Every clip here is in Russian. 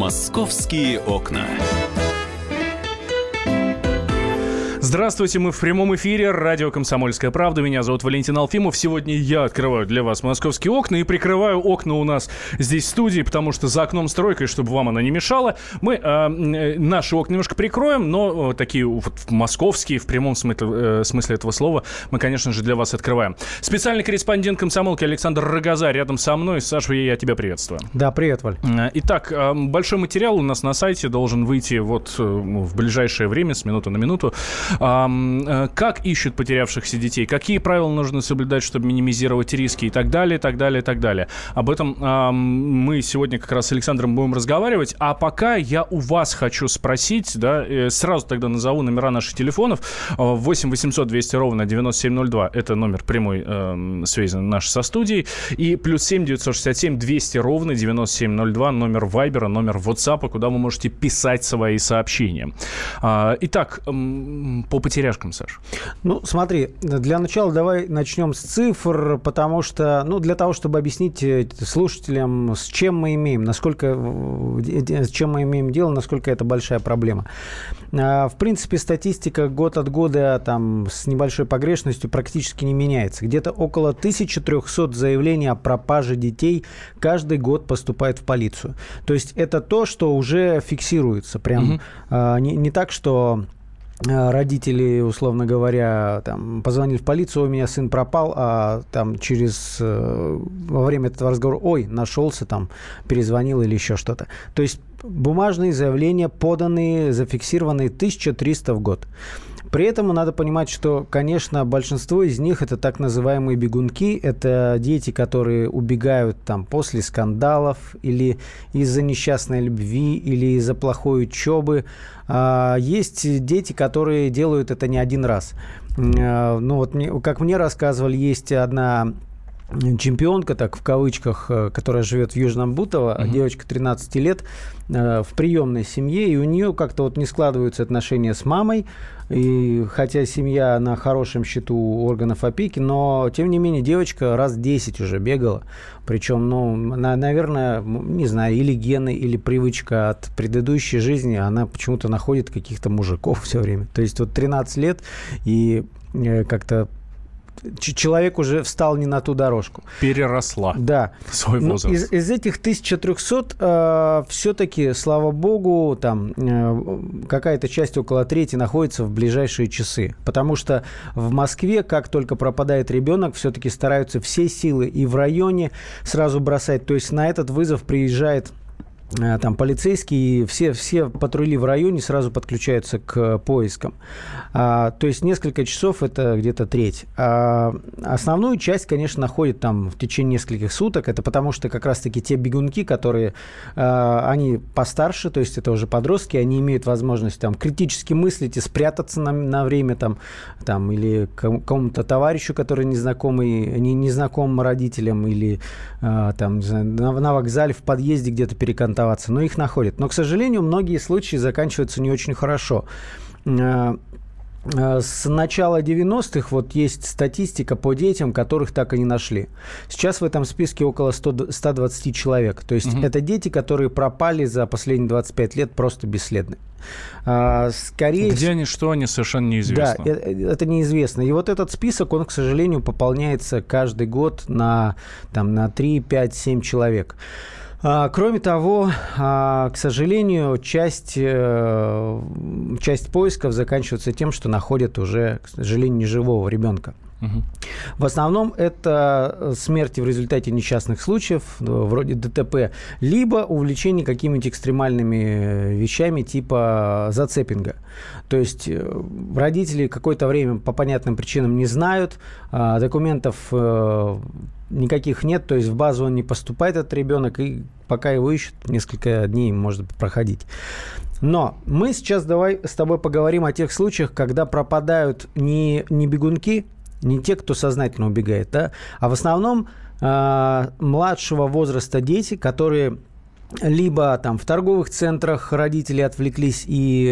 «Московские окна». Здравствуйте, мы в прямом эфире. Радио «Комсомольская правда». Меня зовут Валентин Алфимов. Сегодня я открываю для вас московские окна и прикрываю окна у нас здесь в студии, потому что за окном стройка, и чтобы вам она не мешала. Мы наши окна немножко прикроем, но такие вот московские, в прямом смысле этого слова, мы, конечно же, для вас открываем. Специальный корреспондент «Комсомолки» Александр Рогоза рядом со мной. Саша, я тебя приветствую. Да, привет, Валь. Итак, большой материал у нас на сайте должен выйти вот в ближайшее время, с минуты на минуту. Как ищут потерявшихся детей, какие правила нужно соблюдать, чтобы минимизировать риски и так далее, и так далее, и так далее. Об этом мы сегодня как раз с Александром будем разговаривать. А пока я у вас хочу спросить, да, сразу тогда назову номера наших телефонов. 8 800 200 ровно 9702. Это номер прямой связи наш со студией. И плюс 7 967 200 ровно 9702. Номер Вайбера, номер WhatsApp, куда вы можете писать свои сообщения. Итак, по потеряшкам, Саш. Ну, смотри, для начала давай начнем с цифр, потому что, для того, чтобы объяснить слушателям, с чем мы имеем дело, насколько это большая проблема. В принципе, статистика год от года там, с небольшой погрешностью практически не меняется. Где-то около 1300 заявлений о пропаже детей каждый год поступает в полицию. То есть это то, что уже фиксируется. Прям не так, что родители, условно говоря, там, позвонили в полицию, у меня сын пропал, а там во время этого разговора, нашелся, там, перезвонил или еще что-то. То есть бумажные заявления поданные, зафиксированные 1300 в год. При этом надо понимать, что, конечно, большинство из них это так называемые бегунки. Это дети, которые убегают там, после скандалов или из-за несчастной любви, или из-за плохой учебы. Есть дети, которые делают это не один раз. Как мне рассказывали, есть одна чемпионка, так в кавычках, которая живет в Южном Бутово, девочка 13 лет, в приемной семье, и у нее как-то не складываются отношения с мамой, и хотя семья на хорошем счету органов опеки, но, тем не менее, девочка раз 10 уже бегала, причем, наверное, не знаю, или гены, или привычка от предыдущей жизни, она почему-то находит каких-то мужиков все время. То есть 13 лет, и как-то человек уже встал не на ту дорожку. Переросла. Да. Свой возраст. Из этих 1300 все-таки, слава богу, там какая-то часть, около трети, находится в ближайшие часы. Потому что в Москве, как только пропадает ребенок, все-таки стараются все силы и в районе сразу бросать. То есть на этот вызов приезжает там полицейские, все патрули в районе сразу подключаются к поискам. То есть несколько часов – это где-то треть. Основную часть, конечно, находят там в течение нескольких суток. Это потому что как раз-таки те бегунки, которые, они постарше, то есть это уже подростки, они имеют возможность там критически мыслить и спрятаться на время там или какому-то товарищу, который незнакомым родителям, или там, не знаю, на вокзале, в подъезде где-то перекантоваться. Но их находят. Но, к сожалению, многие случаи заканчиваются не очень хорошо. С начала 90-х есть статистика по детям, которых так и не нашли. Сейчас в этом списке около 120 человек. То есть это дети, которые пропали за последние 25 лет просто бесследно. Где они, что они, совершенно неизвестно. Да, это неизвестно. И этот список, он, к сожалению, пополняется каждый год на 3, 5, 7 человек. Кроме того, к сожалению, часть поисков заканчивается тем, что находят уже, к сожалению, неживого ребенка. В основном это смерти в результате несчастных случаев, вроде ДТП, либо увлечение какими-нибудь экстремальными вещами типа зацепинга. То есть родители какое-то время по понятным причинам не знают, документов никаких нет, то есть в базу он не поступает, этот ребенок, и пока его ищут, несколько дней может проходить. Но мы сейчас давай с тобой поговорим о тех случаях, когда пропадают не бегунки, не те, кто сознательно убегает, да, а в основном младшего возраста дети, которые либо там в торговых центрах родители отвлеклись, и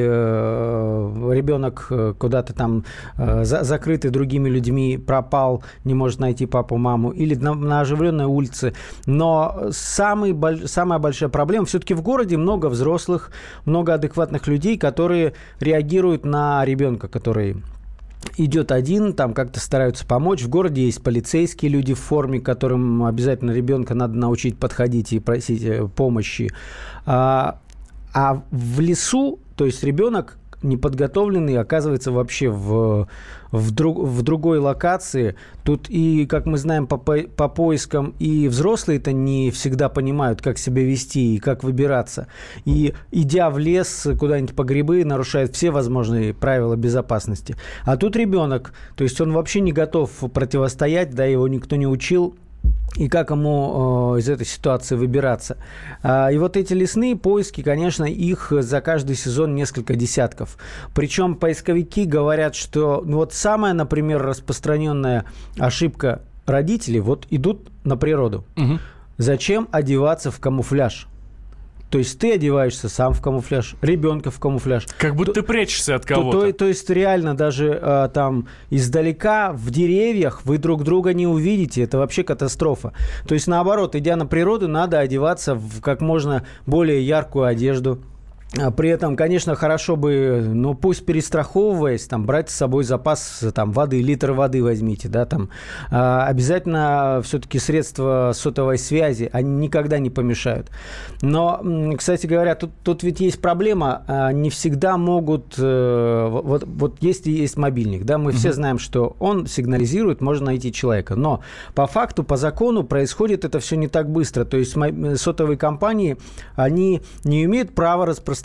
ребенок куда-то там закрытый другими людьми пропал, не может найти папу, маму, или на оживленной улице. Но самая большая проблема, все-таки в городе много взрослых, много адекватных людей, которые реагируют на ребенка, который идет один, там как-то стараются помочь. В городе есть полицейские люди в форме, которым обязательно ребенка надо научить подходить и просить помощи. А в лесу, то есть ребенок неподготовленный оказывается вообще в другой локации. Тут и, как мы знаем, по поискам и взрослые-то не всегда понимают, как себя вести и как выбираться. И, идя в лес куда-нибудь по грибы, нарушают все возможные правила безопасности. А тут ребенок, то есть он вообще не готов противостоять, да, его никто не учил. И как ему из этой ситуации выбираться. И вот эти лесные поиски, конечно, их за каждый сезон несколько десятков. Причем поисковики говорят, что вот самая, например, распространенная ошибка родителей, вот идут на природу. Угу. Зачем одеваться в камуфляж? То есть ты одеваешься сам в камуфляж, ребенка в камуфляж. Как будто ты прячешься от кого-то. То есть реально даже там издалека в деревьях вы друг друга не увидите. Это вообще катастрофа. То есть наоборот, идя на природу, надо одеваться в как можно более яркую одежду. При этом, конечно, хорошо бы, ну, пусть перестраховываясь, там, брать с собой запас там, воды, литр воды возьмите, да, там. Обязательно все-таки средства сотовой связи, они никогда не помешают. Но, кстати говоря, тут ведь есть проблема, не всегда могут, вот если есть мобильник, да, мы все знаем, что он сигнализирует, можно найти человека, но по факту, по закону происходит это все не так быстро, то есть сотовые компании, они не имеют права распространять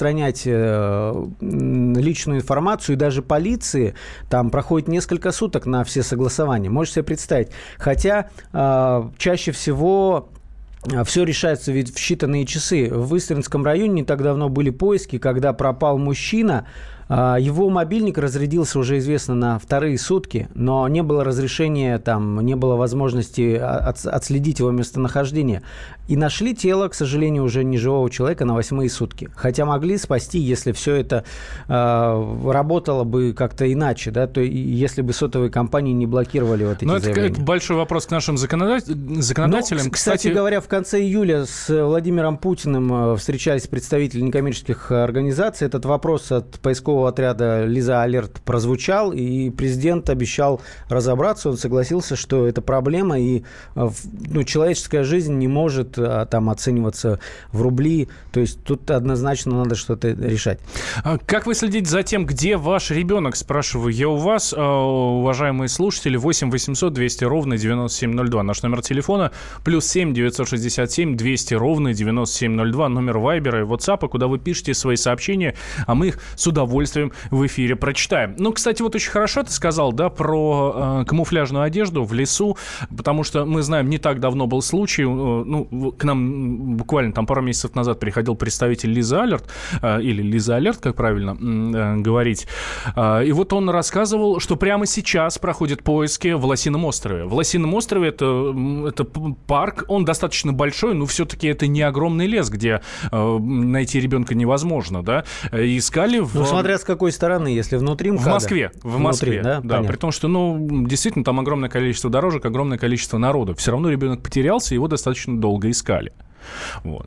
личную информацию, и даже полиции там проходит несколько суток на все согласования. Можете себе представить. Хотя чаще всего все решается ведь в считанные часы. В Истринском районе не так давно были поиски, когда пропал мужчина. Его мобильник разрядился, уже известно, на вторые сутки, но не было разрешения, там, не было возможности отследить его местонахождение. И нашли тело, к сожалению, уже неживого человека на 8-е сутки. Хотя могли спасти, если все это работало бы как-то иначе, да, то если бы сотовые компании не блокировали вот эти заявления. Это большой вопрос к нашим законодателям. Кстати говоря, в конце июля с Владимиром Путиным встречались представители некоммерческих организаций. Этот вопрос от поискового отряда «Лиза Алерт» прозвучал, и президент обещал разобраться. Он согласился, что это проблема, и человеческая жизнь не может там оцениваться в рубли. То есть тут однозначно надо что-то решать. Как вы следите за тем, где ваш ребенок, спрашиваю я у вас, уважаемые слушатели? 8 800 200 ровно 9702. Наш номер телефона +7 967 200 ровно 9702. Номер Вайбера и WhatsApp, куда вы пишете свои сообщения, а мы их с удовольствием в эфире прочитаем. Ну, кстати, вот очень хорошо ты сказал, да, про камуфляжную одежду в лесу, потому что мы знаем, не так давно был случай, к нам буквально там пару месяцев назад приходил представитель Лиза Алерт, или Лиза Алерт, как правильно говорить, и вот он рассказывал, что прямо сейчас проходят поиски в Лосином острове. В Лосином острове это парк, он достаточно большой, но все-таки это не огромный лес, где найти ребенка невозможно, да, искали смотря с какой стороны, если внутри МКАДа. В Москве, да, при том, что, действительно, там огромное количество дорожек, огромное количество народу. Все равно ребенок потерялся, его достаточно долго искали. Вот.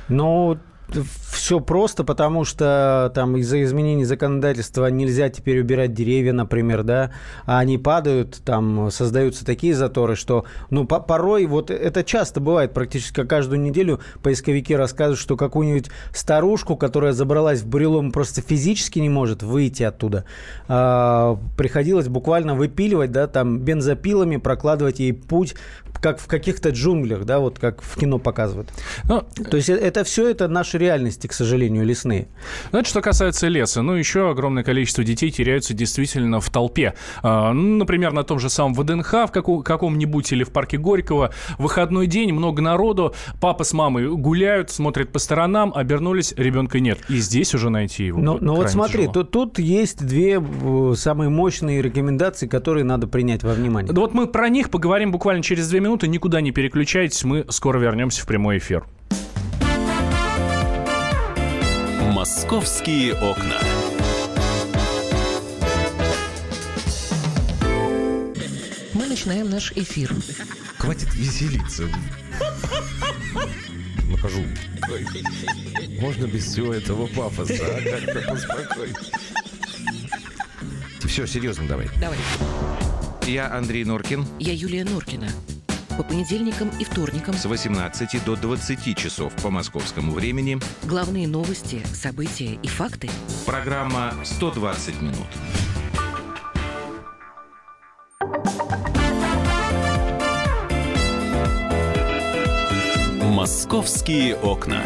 Все просто, потому что там из-за изменений законодательства нельзя теперь убирать деревья, например, да, а они падают, там создаются такие заторы, что, порой, вот это часто бывает, практически каждую неделю поисковики рассказывают, что какую-нибудь старушку, которая забралась в бурелом, просто физически не может выйти оттуда, приходилось буквально выпиливать, да, там бензопилами прокладывать ей путь, как в каких-то джунглях, да, вот как в кино показывают. То есть это все это наши реальности, к сожалению, лесные. Это что касается леса. Еще огромное количество детей теряются действительно в толпе. Например, на том же самом ВДНХ, в каком-нибудь, или в парке Горького. Выходной день, много народу, папа с мамой гуляют, смотрят по сторонам, обернулись, ребенка нет. И здесь уже найти его вот смотри, тут есть две самые мощные рекомендации, которые надо принять во внимание. Вот мы про них поговорим буквально через 2 минуты. Никуда не переключайтесь, мы скоро вернемся в прямой эфир. «Московские окна». Мы начинаем наш эфир. Хватит веселиться. Нахожу. Можно без всего этого пафоса, как-то поспокойнее. Все, серьезно давай. Давай. Я Андрей Норкин. Я Юлия Норкина. По понедельникам и вторникам С 18 до 20 часов по московскому времени. главные новости, события и факты. Программа «120 минут». «Московские окна».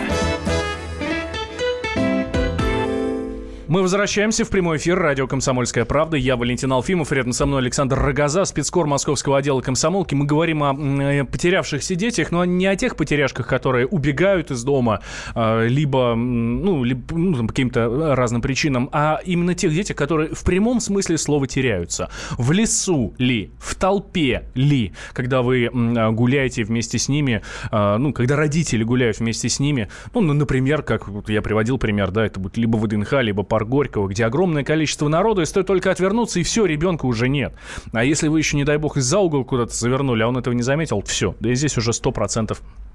Мы возвращаемся в прямой эфир радио «Комсомольская правда». Я Валентин Алфимов, рядом со мной Александр Рогоза, спецкор московского отдела комсомолки. Мы говорим о потерявшихся детях, но не о тех потеряшках, которые убегают из дома, либо по каким-то разным причинам, а именно тех детях, которые в прямом смысле слова теряются. В лесу ли, в толпе ли, когда вы гуляете вместе с ними, когда родители гуляют вместе с ними, например, как я приводил пример, да, это будет либо ВДНХ, либо парк Горького, где огромное количество народу, и стоит только отвернуться, и все, ребенка уже нет. А если вы еще, не дай бог, из-за угла куда-то завернули, а он этого не заметил, все. Да и здесь уже 100%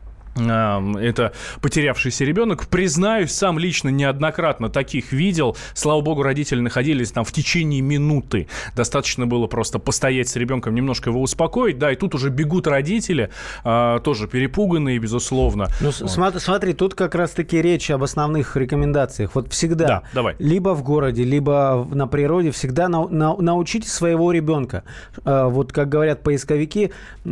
это потерявшийся ребенок. Признаюсь, сам лично неоднократно таких видел. Слава богу, родители находились там в течение минуты. Достаточно было просто постоять с ребенком, немножко его успокоить, да, и тут уже бегут родители, тоже перепуганные, безусловно. Смотри, тут как раз-таки речь об основных рекомендациях. Вот всегда, да, давай. Либо в городе, либо на природе, всегда научите своего ребенка. Вот как говорят поисковики,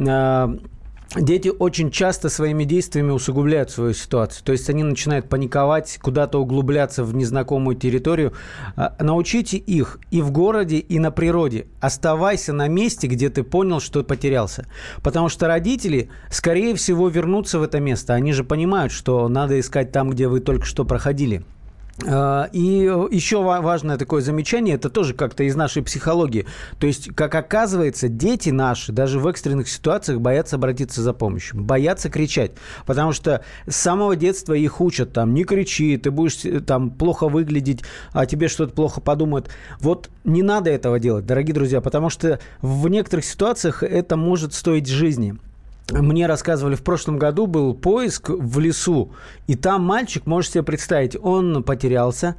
дети очень часто своими действиями усугубляют свою ситуацию. То есть они начинают паниковать, куда-то углубляться в незнакомую территорию. Научите их и в городе, и на природе. Оставайся на месте, где ты понял, что потерялся. Потому что родители, скорее всего, вернутся в это место. Они же понимают, что надо искать там, где вы только что проходили. И еще важное такое замечание, это тоже как-то из нашей психологии. То есть, как оказывается, дети наши даже в экстренных ситуациях боятся обратиться за помощью, боятся кричать. Потому что с самого детства их учат, не кричи, ты будешь плохо выглядеть, а тебе что-то плохо подумают. Вот не надо этого делать, дорогие друзья, потому что в некоторых ситуациях это может стоить жизни. Мне рассказывали, в прошлом году был поиск в лесу, и там мальчик, можете себе представить, он потерялся,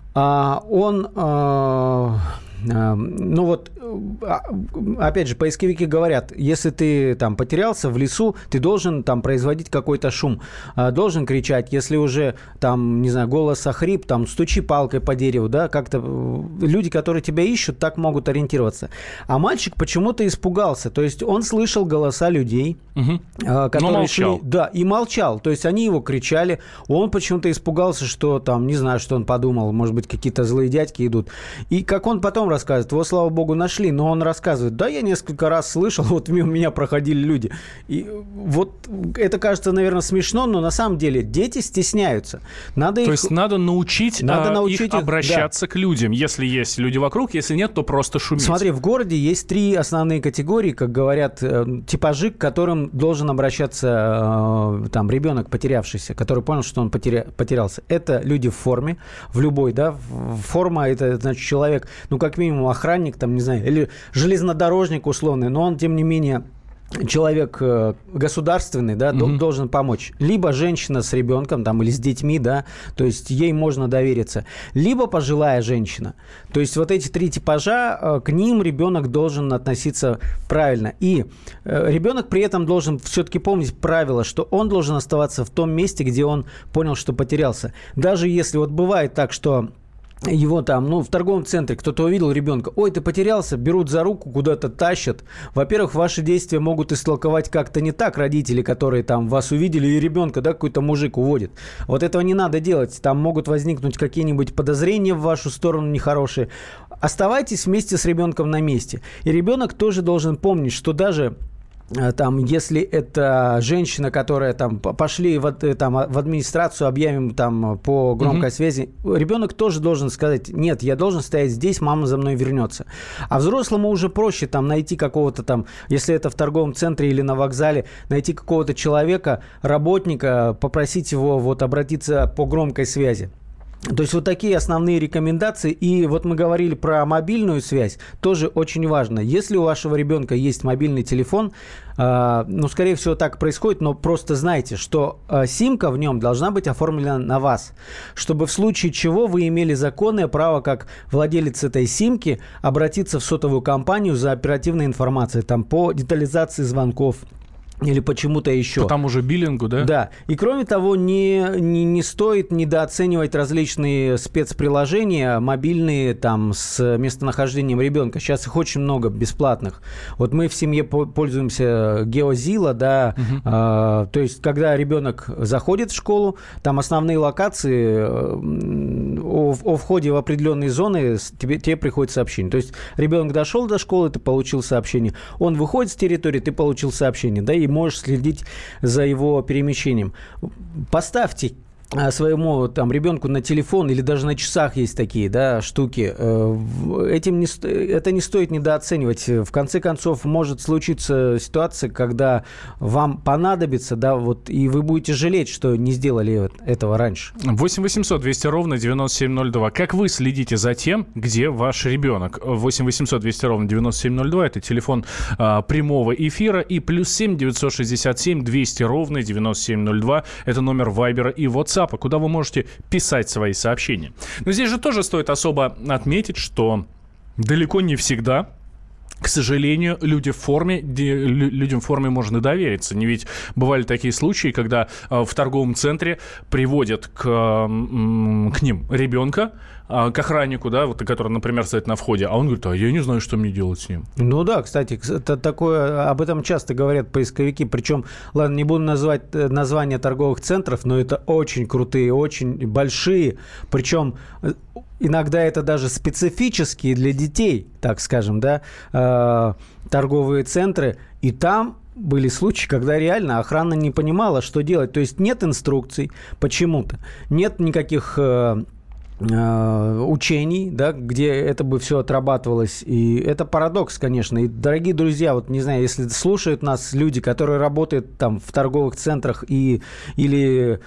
опять же, поисковики говорят, если ты потерялся в лесу, ты должен производить какой-то шум, должен кричать, если уже голос охрип, стучи палкой по дереву, да, как-то люди, которые тебя ищут, так могут ориентироваться. А мальчик почему-то испугался, то есть он слышал голоса людей, которые молчал. шли, да, и молчал, то есть они его кричали, он почему-то испугался, что не знаю, что он подумал, может быть, какие-то злые дядьки идут. И как он потом рассказывает, его, слава богу, нашли, но он рассказывает, да, я несколько раз слышал, вот мимо меня проходили люди. И вот это кажется, наверное, смешно, но на самом деле дети стесняются. То есть надо научить их обращаться да. к людям, если есть люди вокруг, если нет, то просто шуметь. Смотри, в городе есть 3 основные категории, как говорят, типажи, к которым должен обращаться ребенок, потерявшийся, который понял, что он потерялся. Это люди в форме, в любой, да, форма, это значит человек, как минимум охранник, не знаю, или железнодорожник условный, но он, тем не менее, человек государственный, да, должен помочь. Либо женщина с ребенком или с детьми, да, то есть ей можно довериться. Либо пожилая женщина. То есть вот эти 3 типажа, к ним ребенок должен относиться правильно. И ребенок при этом должен все-таки помнить правило, что он должен оставаться в том месте, где он понял, что потерялся. Даже если бывает так, что его в торговом центре кто-то увидел ребенка, ой, ты потерялся, берут за руку, куда-то тащат. Во-первых, ваши действия могут истолковать как-то не так родители, которые вас увидели, и ребенка, да, какой-то мужик уводит. Вот этого не надо делать. Там могут возникнуть какие-нибудь подозрения в вашу сторону нехорошие. Оставайтесь вместе с ребенком на месте. И ребенок тоже должен помнить, что даже если это женщина, которая пошли в администрацию, объявим по громкой связи, ребенок тоже должен сказать, нет, я должен стоять здесь, мама за мной вернется. А взрослому уже проще найти какого-то если это в торговом центре или на вокзале, найти какого-то человека, работника, попросить его обратиться по громкой связи. То есть вот такие основные рекомендации. И вот мы говорили про мобильную связь, тоже очень важно. Если у вашего ребенка есть мобильный телефон, скорее всего, так происходит, но просто знайте, что симка в нем должна быть оформлена на вас, чтобы в случае чего вы имели законное право, как владелец этой симки, обратиться в сотовую компанию за оперативной информацией, там, по детализации звонков, или почему-то еще. По тому же биллингу, да? Да. И кроме того, не стоит недооценивать различные спецприложения мобильные там с местонахождением ребенка. Сейчас их очень много бесплатных. Вот мы в семье пользуемся Геозила, да. То есть, когда ребенок заходит в школу, там основные локации о входе в определенные зоны тебе приходит сообщение. То есть, ребенок дошел до школы, ты получил сообщение. Он выходит с территории, ты получил сообщение. Да, и можешь следить за его перемещением. Поставьте своему там ребенку на телефон или даже на часах есть такие, да, штуки. Это не стоит недооценивать. В конце концов, может случиться ситуация, когда вам понадобится, да, вот, и вы будете жалеть, что не сделали этого раньше. 8 800 200 ровно 9702. Как вы следите за тем, где ваш ребенок? 8 800 200 ровно 9702. Это телефон прямого эфира. И +7 967 200 ровно 9702. Это номер Вайбера и WhatsApp, куда вы можете писать свои сообщения. Но здесь же тоже стоит особо отметить, что далеко не всегда, к сожалению, людям в форме можно довериться. Не ведь бывали такие случаи, когда в торговом центре приводят к ним ребенка, к охраннику, да, вот, который, например, стоит на входе, а он говорит: а я не знаю, что мне делать с ним. Ну да, кстати, это такое, об этом часто говорят поисковики, причем, ладно, не буду называть названия торговых центров, но это очень крутые, очень большие, причем иногда это даже специфические для детей, так скажем, да, торговые центры, и там были случаи, когда реально охрана не понимала, что делать. То есть нет инструкций почему-то, нет никаких учений, да, где это бы все отрабатывалось. И это парадокс, конечно. И, дорогие друзья, вот не знаю, если слушают нас люди, которые работают там в торговых центрах или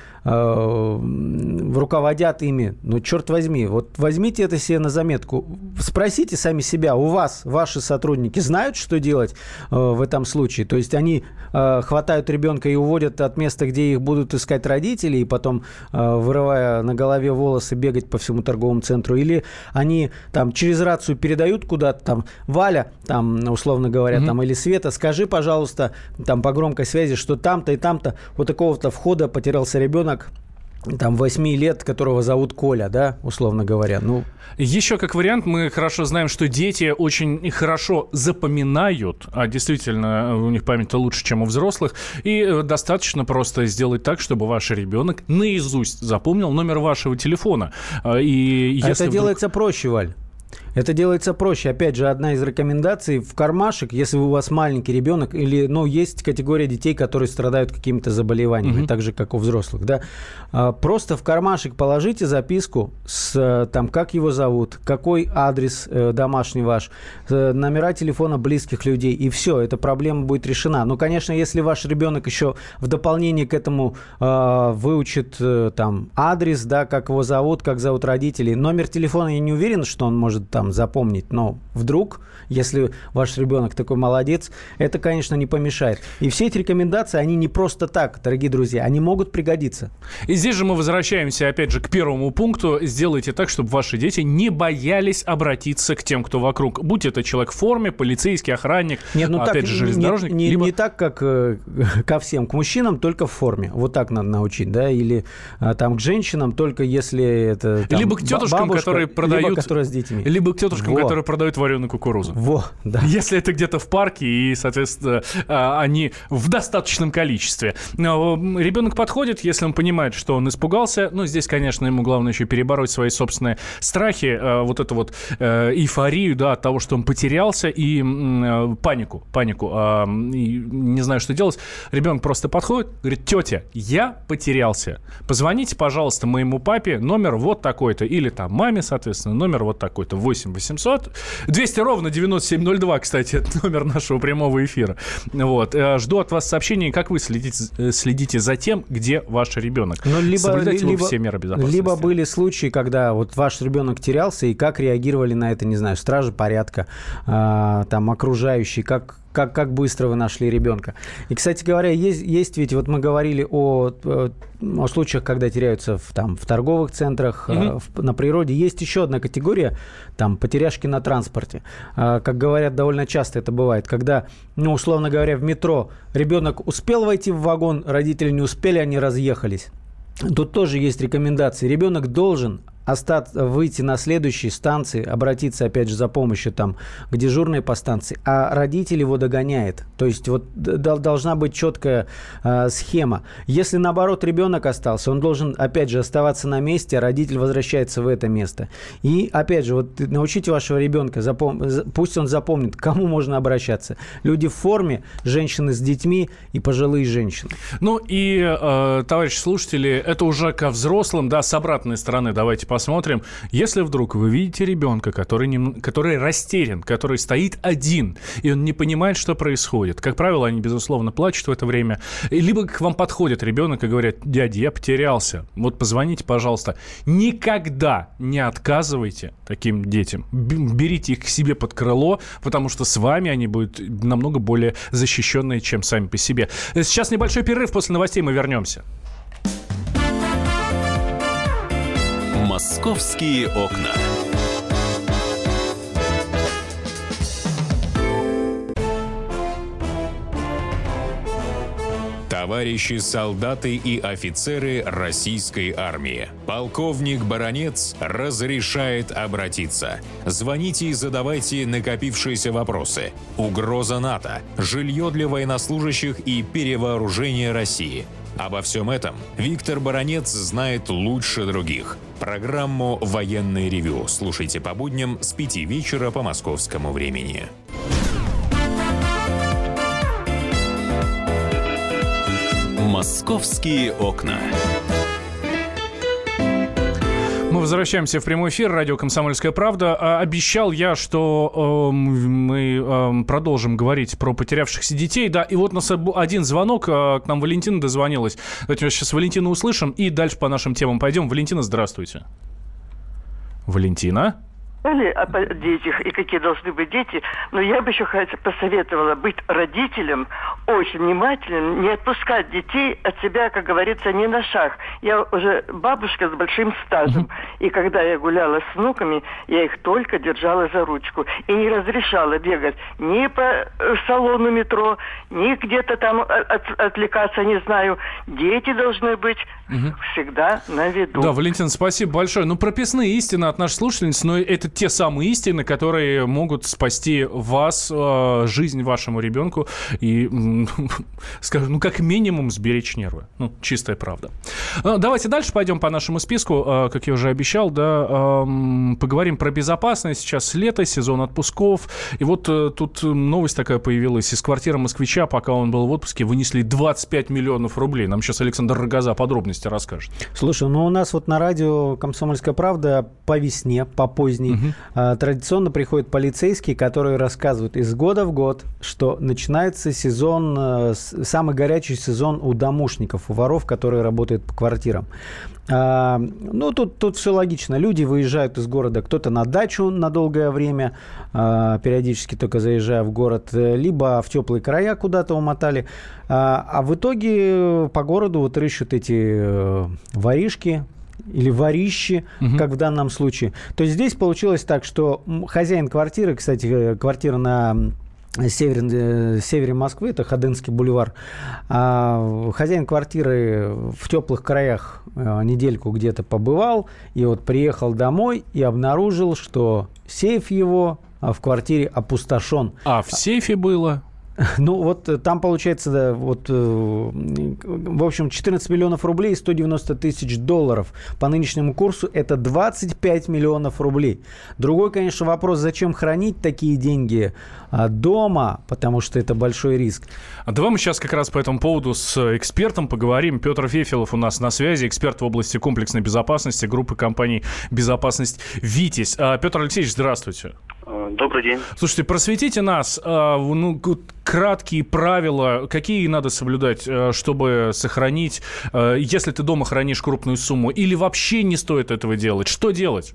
руководят ими, ну, черт возьми, вот возьмите это себе на заметку. Спросите сами себя, у вас ваши сотрудники знают, что делать в этом случае? То есть они хватают ребенка и уводят от места, где их будут искать родители, и потом, вырывая на голове волосы, бегать по всему торговому центру, или они там через рацию передают куда-то, там, Валя, там, условно говоря, там, или Света, скажи, пожалуйста, там, по громкой связи, что там-то и там-то вот такого-то входа потерялся ребенок, там, 8 лет, которого зовут Коля, да, условно говоря. Ну. Еще как вариант, мы хорошо знаем, что дети очень хорошо запоминают, а действительно у них память лучше, чем у взрослых, и достаточно просто сделать так, чтобы ваш ребенок наизусть запомнил номер вашего телефона. И если это делается проще, Валь. Это делается проще. Опять же, одна из рекомендаций: в кармашек, если у вас маленький ребенок, или, ну, есть категория детей, которые страдают какими-то заболеваниями, так же, как у взрослых, да, просто в кармашек положите записку с, там, как его зовут, какой адрес домашний ваш, номера телефона близких людей, и все, эта проблема будет решена. Но, конечно, если ваш ребенок еще в дополнение к этому выучит там адрес, да, как его зовут, как зовут родителей, номер телефона, я не уверен, что он может там запомнить, но вдруг, если ваш ребенок такой молодец, это, конечно, не помешает. И все эти рекомендации, они не просто так, дорогие друзья, они могут пригодиться. И здесь же мы возвращаемся, опять же, к первому пункту. Сделайте так, чтобы ваши дети не боялись обратиться к тем, кто вокруг. Будь это человек в форме, полицейский, охранник, нет, ну, опять так, же, железнодорожник. Не так, как ко всем. К мужчинам только в форме. Вот так надо научить, да, или там к женщинам только если это там, либо к тетушкам, бабушка, которые продают, либо которые с детьми. Либо к тетушкам, которые продают вареную кукурузу. Да. Если это где-то в парке, и, соответственно, они в достаточном количестве. Ребенок подходит, если он понимает, что он испугался. Ну, здесь, конечно, ему главное еще перебороть свои собственные страхи, вот эту вот эйфорию, да, от того, что он потерялся, и панику. И не знаю, что делать. Ребенок просто подходит, говорит: тетя, я потерялся. Позвоните, пожалуйста, моему папе, номер вот такой-то. Или там маме, соответственно, номер вот такой-то. 8 8 800 200 ровно 9702, кстати, это номер нашего прямого эфира. Вот. Жду от вас сообщений, как вы следите за тем, где ваш ребенок. Соблюдаете ли вы все меры безопасности? Либо были случаи, когда вот ваш ребенок терялся, и как реагировали на это, не знаю, стражи порядка, там, окружающие, как быстро вы нашли ребенка. И, кстати говоря, есть ведь, вот мы говорили о случаях, когда теряются в торговых центрах, на природе. Есть еще одна категория, там, потеряшки на транспорте. Как говорят, довольно часто это бывает, когда, условно говоря, в метро ребенок успел войти в вагон, родители не успели, они разъехались. Тут тоже есть рекомендации. Ребенок должен выйти на следующей станции, обратиться, опять же, за помощью там, к дежурной по станции, а родитель его догоняет. То есть вот должна быть четкая схема. Если, наоборот, ребенок остался, он должен, опять же, оставаться на месте, а родитель возвращается в это место. И, опять же, вот научите вашего ребенка, пусть он запомнит, к кому можно обращаться. Люди в форме, женщины с детьми и пожилые женщины. Ну и, товарищи слушатели, это уже ко взрослым, да, с обратной стороны давайте посмотрим. Если вдруг вы видите ребенка, который растерян, который стоит один, и он не понимает, что происходит. Как правило, они, безусловно, плачут в это время. Либо к вам подходит ребенок и говорят: дядя, я потерялся. Вот позвоните, пожалуйста. Никогда не отказывайте таким детям. Берите их к себе под крыло, потому что с вами они будут намного более защищенные, чем сами по себе. Сейчас небольшой перерыв, после новостей мы вернемся. «Московские окна». Товарищи солдаты и офицеры российской армии. Полковник Баранец разрешает обратиться. Звоните и задавайте накопившиеся вопросы. Угроза НАТО, жилье для военнослужащих и перевооружение России. Обо всем этом Виктор Баранец знает лучше других. Программу «Военный ревю» слушайте по будням с 5 вечера по московскому времени. «Московские окна». Мы возвращаемся в прямой эфир. Радио «Комсомольская правда». Обещал я, что мы продолжим говорить про потерявшихся детей. Да, и вот у нас один звонок. К нам Валентина дозвонилась. Давайте сейчас Валентину услышим и дальше по нашим темам пойдем. Валентина, здравствуйте. Валентина? О детях и какие должны быть дети, но я бы еще посоветовала быть родителем очень внимательным, не отпускать детей от себя, как говорится, ни на шаг. Я уже бабушка с большим стажем, и когда я гуляла с внуками, я их только держала за ручку и не разрешала бегать ни по салону метро, ни где-то там отвлекаться, не знаю. Дети должны быть всегда на виду. Да, Валентин, спасибо большое. Ну, прописные истины от нашей слушательницы, но это те самые истины, которые могут спасти вас, жизнь вашему ребенку и, скажем, как минимум сберечь нервы. Чистая правда. Давайте дальше пойдем по нашему списку, как я уже обещал, да, поговорим про безопасность. Сейчас лето, сезон отпусков, и вот тут новость такая появилась. Из квартиры москвича, пока он был в отпуске, вынесли 25 миллионов рублей. Нам сейчас Александр Рогоза подробности расскажет. Слушай, у нас вот на радио «Комсомольская правда» по весне, по поздней, традиционно приходят полицейские, которые рассказывают из года в год, что начинается сезон, самый горячий сезон у домушников, у воров, которые работают по квартирам. Тут все логично. Люди выезжают из города, кто-то на дачу на долгое время, периодически только заезжая в город, либо в теплые края куда-то умотали. А в итоге по городу вот рыщут эти воришки, или ворищи, как в данном случае. То есть здесь получилось так, что хозяин квартиры, кстати, квартира на севере Москвы, это Ходынский бульвар, хозяин квартиры в теплых краях недельку где-то побывал, и вот приехал домой и обнаружил, что сейф его в квартире опустошен. А в сейфе было? Ну, вот там получается, да, вот, в общем, 14 миллионов рублей и 190 тысяч долларов. По нынешнему курсу это 25 миллионов рублей. Другой, конечно, вопрос, зачем хранить такие деньги дома, потому что это большой риск. Давай мы сейчас как раз по этому поводу с экспертом поговорим. Петр Фефелов у нас на связи, эксперт в области комплексной безопасности группы компаний «Безопасность ВИТИСь». Петр Алексеевич, здравствуйте. Добрый день. Слушайте, просветите нас, краткие правила, какие надо соблюдать, чтобы сохранить, если ты дома хранишь крупную сумму, или вообще не стоит этого делать? Что делать?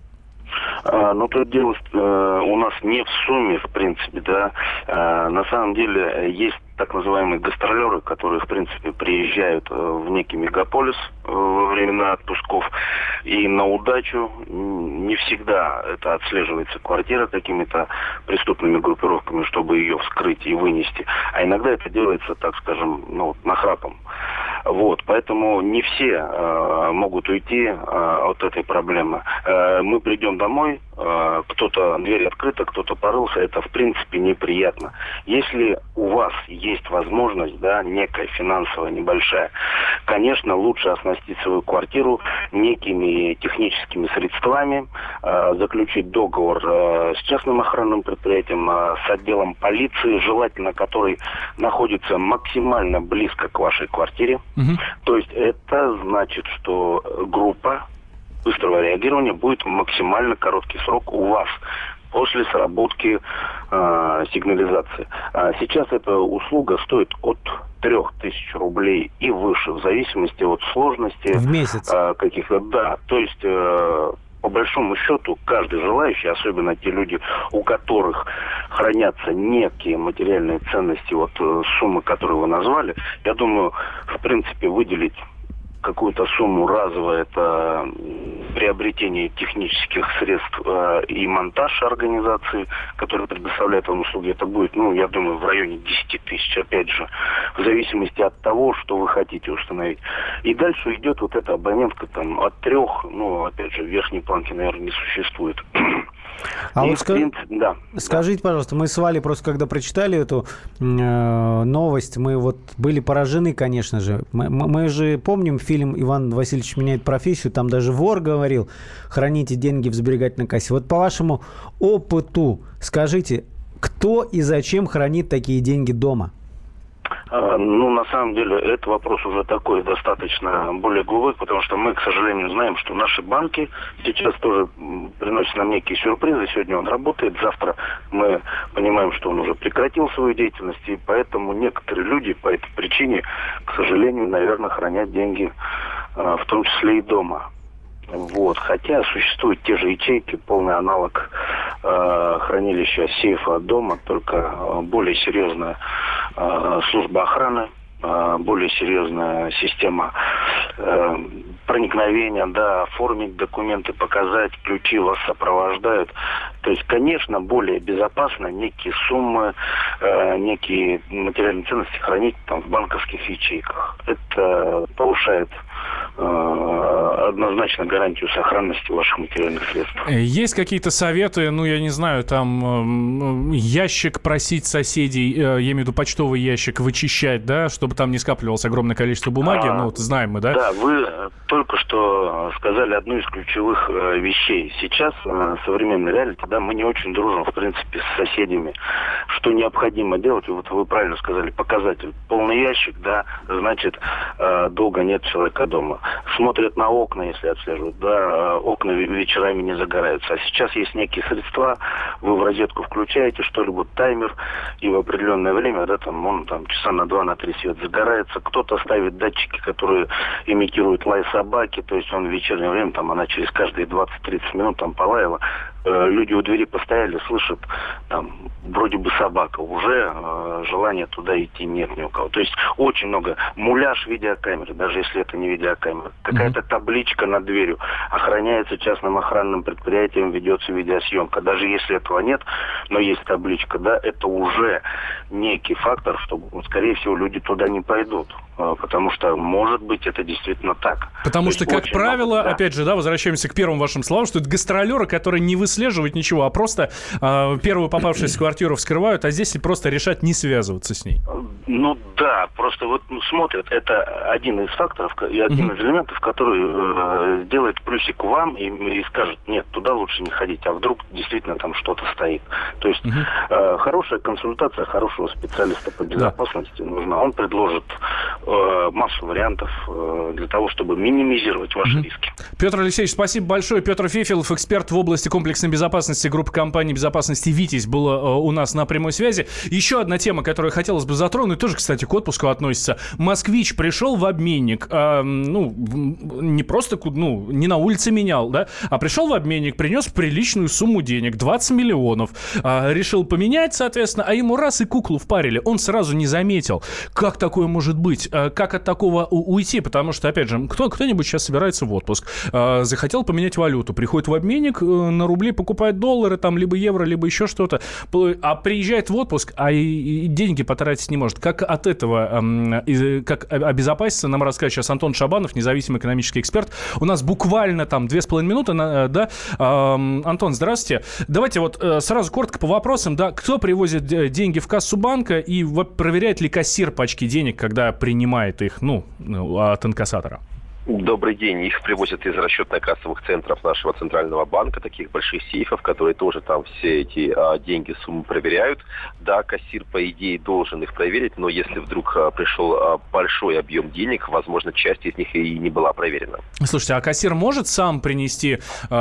Тут дело у нас не в сумме, в принципе, да. На самом деле есть так называемые гастролеры, которые, в принципе, приезжают в некий мегаполис во времена отпусков. И на удачу не всегда это отслеживается квартира какими-то преступными группировками, чтобы ее вскрыть и вынести. А иногда это делается, так скажем, нахрапом. Вот, поэтому не все могут уйти от этой проблемы. Мы придем домой, кто-то, дверь открыта, кто-то порылся, это в принципе неприятно. Если у вас есть возможность, да, некая финансовая, небольшая, конечно, лучше оснастить свою квартиру некими техническими средствами, заключить договор с частным охранным предприятием, с отделом полиции, желательно который находится максимально близко к вашей квартире. То есть это значит, что группа быстрого реагирования будет в максимально короткий срок у вас после сработки сигнализации. Сейчас эта услуга стоит от 3000 рублей и выше, в зависимости от сложности. В месяц? Каких-то, да. То есть по большому счету, каждый желающий, особенно те люди, у которых хранятся некие материальные ценности, суммы, которые вы назвали, я думаю, в принципе, выделить какую-то сумму разовую, это приобретение технических средств и монтаж организации, которая предоставляет вам услуги, это будет, я думаю, в районе 10 тысяч, опять же, в зависимости от того, что вы хотите установить. И дальше идет эта абонентка от 3, опять же, верхней планки, наверное, не существует. Скажите, пожалуйста, мы с Валей просто когда прочитали эту новость, мы были поражены, конечно же. Мы же помним фильм «Иван Васильевич меняет профессию», там даже вор говорил: храните деньги в сберегательной кассе. Вот по вашему опыту скажите, кто и зачем хранит такие деньги дома? На самом деле, этот вопрос уже такой достаточно более глубокий, потому что мы, к сожалению, знаем, что наши банки сейчас тоже приносят нам некие сюрпризы. Сегодня он работает, завтра мы понимаем, что он уже прекратил свою деятельность, и поэтому некоторые люди по этой причине, к сожалению, наверное, хранят деньги, в том числе и дома. Хотя существуют те же ячейки, полный аналог хранилища сейфа дома, только более серьезная служба охраны, более серьезная система проникновения, оформить документы, показать, ключи вас сопровождают. То есть, конечно, более безопасно некие суммы, некие материальные ценности хранить в банковских ячейках. Это повышает однозначно гарантию сохранности ваших материальных средств. Есть какие-то советы, я не знаю, ящик просить соседей, я имею в виду почтовый ящик, вычищать, да, чтобы там не скапливалось огромное количество бумаги, знаем мы, да? Да, вы только что сказали одну из ключевых вещей. Сейчас, в современной реальности, мы не очень дружим, в принципе, с соседями. Что необходимо делать, вы правильно сказали, показатель. Полный ящик, значит, долго нет человека дома. Смотрят на окна, если отслеживают, окна вечерами не загораются. А сейчас есть некие средства, вы в розетку включаете что-либо, таймер, и в определенное время, он часа на 2-3 свет загорается. Кто-то ставит датчики, которые имитируют лай собаки, то есть он в вечернее время, она через каждые 20-30 минут полаяла. Люди у двери постояли, слышат, вроде бы собака, уже желания туда идти нет ни у кого. То есть очень много. Муляж видеокамеры, даже если это не видеокамера. какая-то табличка над дверью, охраняется частным охранным предприятием, ведется видеосъемка. Даже если этого нет, но есть табличка, да, это уже некий фактор, что, скорее всего, люди туда не пойдут. Потому что, может быть, это действительно так. Потому что, как правило, да. опять же, да, возвращаемся к первым вашим словам, что это гастролеры, которые не выслеживают ничего, а просто первую попавшуюся квартиру вскрывают, а здесь просто решат не связываться с ней. Ну да, просто вот смотрят, это один из факторов и один из элементов, который сделает плюсик вам и скажет, нет, туда лучше не ходить, а вдруг действительно там что-то стоит. То есть хорошая консультация хорошего специалиста по безопасности нужна. Он предложит массу вариантов для того, чтобы минимизировать ваши риски. Петр Алексеевич, спасибо большое. Петр Фефелов, эксперт в области комплексной безопасности группы компании безопасности «Витязь», был у нас на прямой связи. Еще одна тема, которую хотелось бы затронуть, тоже, кстати, к отпуску относится. Москвич пришел в обменник, не просто, не на улице менял, да, а пришел в обменник, принес приличную сумму денег, 20 миллионов, решил поменять, соответственно, а ему раз и куклу впарили. Он сразу не заметил. Как такое может быть? Как от такого уйти? Потому что, опять же, кто-нибудь сейчас собирается в отпуск, захотел поменять валюту, приходит в обменник, на рубли покупает доллары, там, либо евро, либо еще что-то, а приезжает в отпуск, а и деньги потратить не может. Как от этого, как обезопаситься, нам расскажет сейчас Антон Шабанов, независимый экономический эксперт. У нас буквально там 2,5 минуты, да? Антон, здравствуйте. Давайте вот сразу коротко по вопросам, да, кто привозит деньги в кассу банка и проверяет ли кассир пачки денег, когда принимает их, от инкассатора? Добрый день. Их привозят из расчетно-кассовых центров нашего центрального банка, таких больших сейфов, которые тоже там все эти деньги, суммы проверяют. Да, кассир, по идее, должен их проверить, но если вдруг пришел большой объем денег, возможно, часть из них и не была проверена. Слушайте, а кассир может сам принести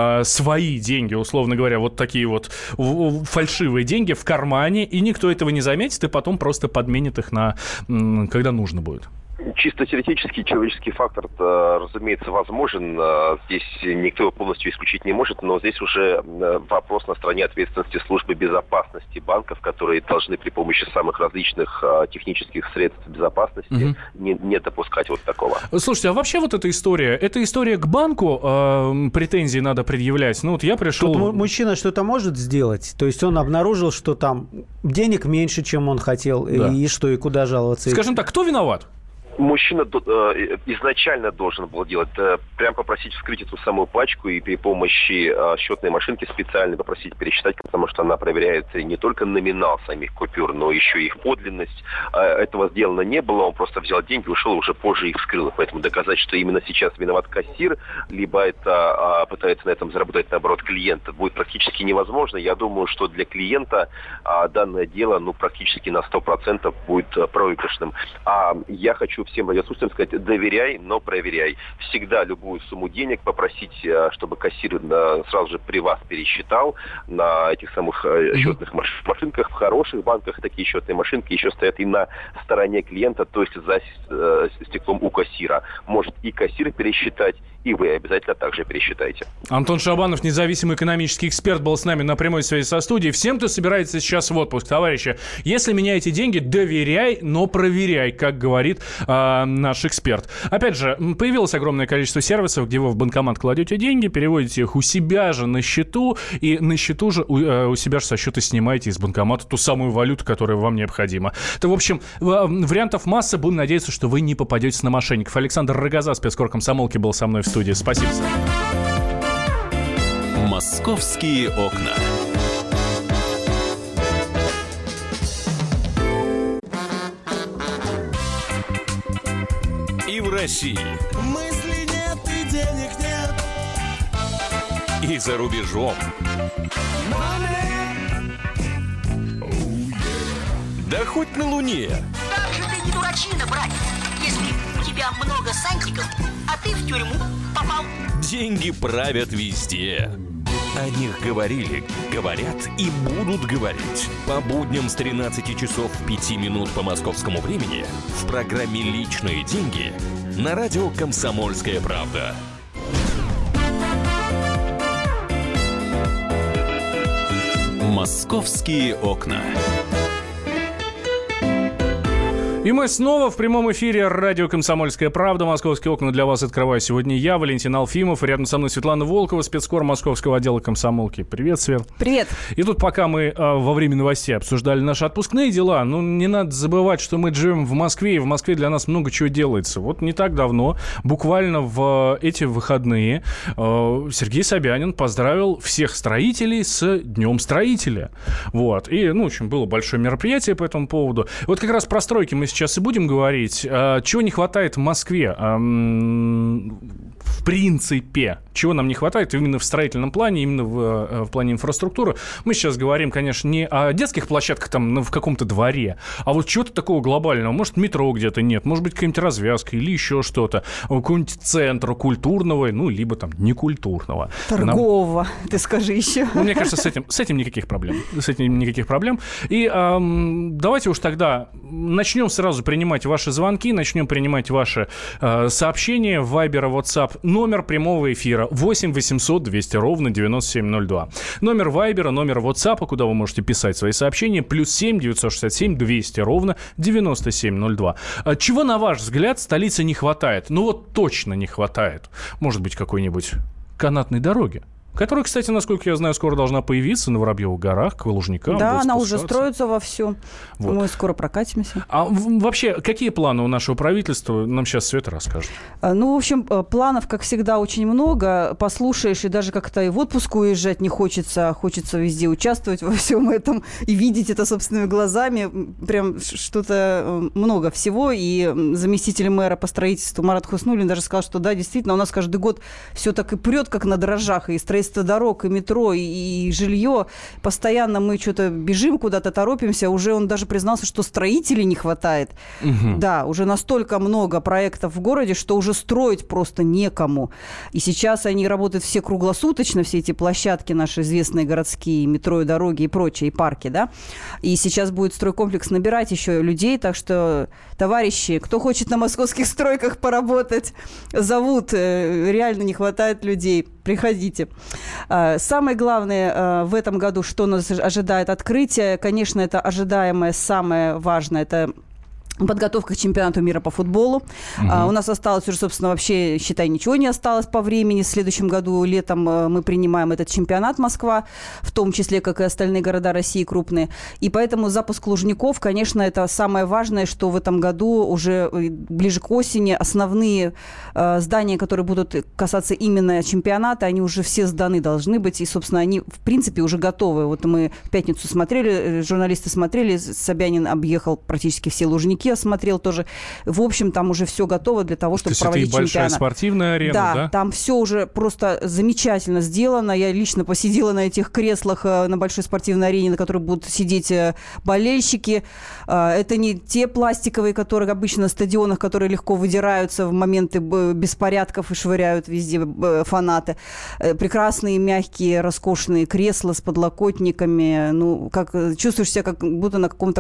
свои деньги, условно говоря, вот такие вот фальшивые деньги в кармане, и никто этого не заметит, и потом просто подменит их когда нужно будет? Чисто теоретически человеческий фактор, разумеется, возможен. Здесь никто его полностью исключить не может, но здесь уже вопрос на стороне ответственности службы безопасности банков, которые должны при помощи самых различных технических средств безопасности не допускать вот такого. Слушайте, а вообще вот эта история к банку, претензии надо предъявлять? Ну вот я пришел... Тут мужчина что-то может сделать? То есть он обнаружил, что там денег меньше, чем он хотел, да. И что, и куда жаловаться? Скажем так, кто виноват? Мужчина изначально должен был делать, прям попросить вскрыть эту самую пачку и при помощи счетной машинки специально попросить пересчитать, потому что она проверяет не только номинал самих купюр, но еще и их подлинность. Этого сделано не было, он просто взял деньги, ушел, уже позже их вскрыл. Поэтому доказать, что именно сейчас виноват кассир, либо это пытается на этом заработать, наоборот, клиент, будет практически невозможно. Я думаю, что для клиента данное дело практически на 100% будет проигрышным. А я хочу всем радиослушателям сказать, доверяй, но проверяй. Всегда любую сумму денег попросить, чтобы кассир сразу же при вас пересчитал на этих самых счетных машинках. В хороших банках такие счетные машинки еще стоят и на стороне клиента, то есть за стеклом у кассира. Может и кассир пересчитать, и вы обязательно также пересчитайте. Антон Шабанов, независимый экономический эксперт, был с нами на прямой связи со студией. Всем, кто собирается сейчас в отпуск, товарищи, если меняете деньги, доверяй, но проверяй, как говорит наш эксперт. Опять же, появилось огромное количество сервисов, где вы в банкомат кладете деньги, переводите их у себя же на счету, и на счету же у себя же со счета снимаете из банкомата ту самую валюту, которая вам необходима. То, в общем, вариантов масса. Будем надеяться, что вы не попадете на мошенников. Александр Рогоза, спецкор комсомолки, был со мной в студии. Спасибо. Московские окна. И в России. Мысли нет и денег нет. И за рубежом. Да хоть на Луне. Как же ты не дурачина, братец, если у тебя много сантиков, а ты в тюрьму попал. Деньги правят везде. О них говорили, говорят и будут говорить. По будням с 13 часов 5 минут по московскому времени в программе «Личные деньги» на радио «Комсомольская правда». «Московские окна». И мы снова в прямом эфире радио «Комсомольская правда». Московские окна для вас открываю сегодня я, Валентин Алфимов. И рядом со мной Светлана Волкова, спецкор московского отдела комсомолки. Привет, Свет. Привет. И тут, пока мы во время новостей обсуждали наши отпускные дела, не надо забывать, что мы живем в Москве, и в Москве для нас много чего делается. Вот не так давно, буквально в эти выходные, Сергей Собянин поздравил всех строителей с Днем строителя. Вот. И, в общем, было большое мероприятие по этому поводу. Вот как раз про стройки мы сейчас и будем говорить. Чего не хватает в Москве? В принципе, чего нам не хватает именно в строительном плане, именно в плане инфраструктуры. Мы сейчас говорим, конечно, не о детских площадках там в каком-то дворе, а вот чего-то такого глобального. Может, метро где-то нет, может быть, какая-нибудь развязка или еще что-то. Какого-нибудь центра культурного, либо там некультурного. Торгового, ты скажи еще. Мне кажется, с этим никаких проблем. И давайте уж тогда начнем сразу принимать ваши звонки, начнем принимать ваши сообщения в Viber, WhatsApp. Номер прямого эфира 8 800 200 ровно 9702. Номер Viber, номер WhatsApp, куда вы можете писать свои сообщения, +7 967 200 ровно 9702. Чего, на ваш взгляд, столице не хватает? Точно не хватает. Может быть, какой-нибудь канатной дороги? Которая, кстати, насколько я знаю, скоро должна появиться на Воробьевых горах, к Лужникам. Да, она уже строится вовсю. Вот. Мы скоро прокатимся. А вообще, какие планы у нашего правительства? Нам сейчас Света расскажет. В общем, планов, как всегда, очень много. Послушаешь, и даже как-то и в отпуск уезжать не хочется. Хочется везде участвовать во всем этом и видеть это собственными глазами. Прям что-то много всего. И заместитель мэра по строительству Марат Хуснуллин даже сказал, что да, действительно, у нас каждый год все так и прет, как на дрожжах. И строительство дорог, и метро, и жилье. Постоянно мы что-то бежим куда-то, торопимся. Уже он даже признался, что строителей не хватает. Угу. Да, уже настолько много проектов в городе, что уже строить просто некому. И сейчас они работают все круглосуточно, все эти площадки наши известные городские, метро и дороги и прочие, и парки, да. И сейчас будет стройкомплекс набирать еще людей, так что, товарищи, кто хочет на московских стройках поработать, зовут. Реально не хватает людей. Приходите. Самое главное в этом году, что нас ожидает открытие, конечно, это ожидаемое, самое важное, это подготовка к чемпионату мира по футболу. У нас осталось уже, собственно, вообще, считай, ничего не осталось по времени. В следующем году летом мы принимаем этот чемпионат Москва, в том числе, как и остальные города России крупные. И поэтому запуск Лужников, конечно, это самое важное, что в этом году уже ближе к осени основные здания, которые будут касаться именно чемпионата, они уже все сданы должны быть. И, собственно, они, в принципе, уже готовы. Вот мы в пятницу смотрели, журналисты смотрели, Собянин объехал практически все Лужники, осмотрел тоже. В общем, там уже все готово для того, чтобы проводить чемпионат. Это и большая спортивная арена, да? Да, там все уже просто замечательно сделано. Я лично посидела на этих креслах на большой спортивной арене, на которой будут сидеть болельщики. Это не те пластиковые, которые обычно на стадионах, которые легко выдираются в моменты беспорядков и швыряют везде фанаты. Прекрасные, мягкие, роскошные кресла с подлокотниками. Как чувствуешь себя, как будто на каком-то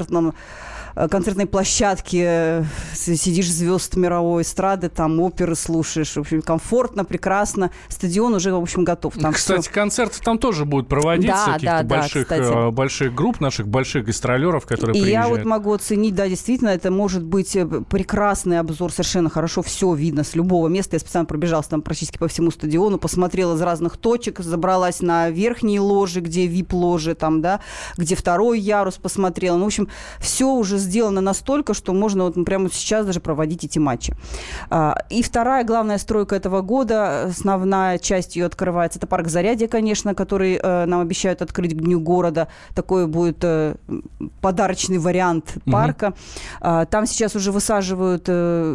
концертной площадке, сидишь звезд мировой эстрады, там оперы слушаешь. В общем, комфортно, прекрасно. Стадион уже, в общем, готов. Там кстати, концерты там тоже будут проводиться, каких-то больших групп, наших больших гастролеров, которые приезжают. И я вот могу оценить, да, действительно, это может быть прекрасный обзор, совершенно хорошо все видно с любого места. Я специально пробежалась там практически по всему стадиону, посмотрела из разных точек, забралась на верхние ложи, где вип-ложи, там, да, где второй ярус посмотрела. В общем, все уже сделано настолько, что можно вот прямо сейчас даже проводить эти матчи. И вторая главная стройка этого года, основная часть ее открывается, это парк Зарядье, конечно, который нам обещают открыть к Дню города. Такой будет подарочный вариант парка. Там сейчас уже высаживают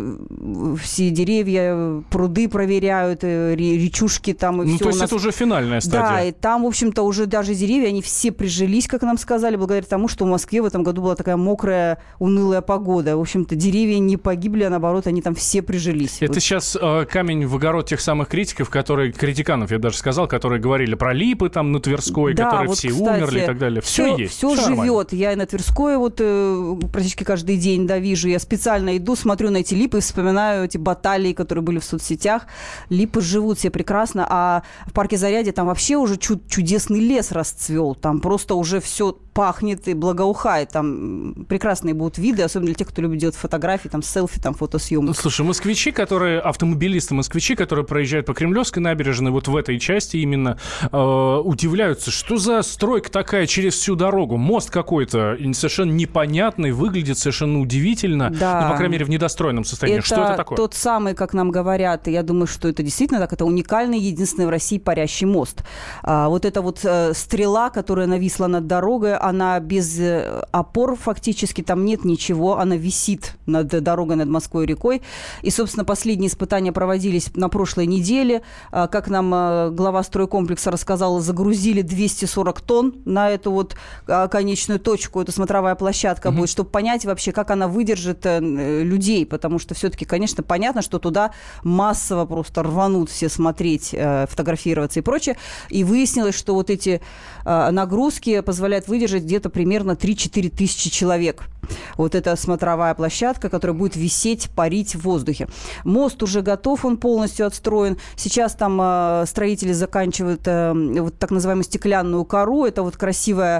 все деревья, пруды проверяют, речушки там. И все то есть это уже финальная стадия. Да, и там, в общем-то, уже даже деревья, они все прижились, как нам сказали, благодаря тому, что в Москве в этом году была такая мокрая, унылая погода. В общем-то, деревья не погибли, а наоборот, они там все прижились. Это сейчас камень в огород тех самых критиков, критиканов, я бы даже сказал, которые говорили про липы там на Тверской, да, которые вот, все кстати, умерли и так далее. Все есть. Все живет. Нормально. Я и на Тверской вот практически каждый день, да, вижу. Я специально иду, смотрю на эти липы и вспоминаю эти баталии, которые были в соцсетях. Липы живут все прекрасно. А в парке Зарядье там вообще уже чудесный лес расцвел. Там просто уже все пахнет и благоухает. Там прекрасные будут виды, особенно для тех, кто любит делать фотографии, там, селфи, там, фотосъемки. Слушай, автомобилисты-москвичи, которые проезжают по Кремлевской набережной, вот в этой части именно, удивляются, что за стройка такая через всю дорогу. Мост какой-то совершенно непонятный, выглядит совершенно удивительно. Да. Ну, по крайней мере, в недостроенном состоянии. Что это такое? Тот самый, как нам говорят, и я думаю, что это действительно так, это уникальный, единственный в России парящий мост. Вот эта вот стрела, которая нависла над дорогой, она без опор фактически, там нет ничего, она висит над дорогой, над Москвой и рекой. И, собственно, последние испытания проводились на прошлой неделе. Как нам глава стройкомплекса рассказала, загрузили 240 тонн на эту вот конечную точку, это смотровая площадка будет, чтобы понять вообще, как она выдержит людей, потому что все-таки, конечно, понятно, что туда массово просто рванут все смотреть, фотографироваться и прочее. И выяснилось, что вот эти нагрузки позволяют выдержать где-то примерно 3-4 тысячи человек. Вот эта смотровая площадка, которая будет висеть, парить в воздухе. Мост уже готов, он полностью отстроен. Сейчас там строители заканчивают вот так называемую стеклянную кору. Это вот красивая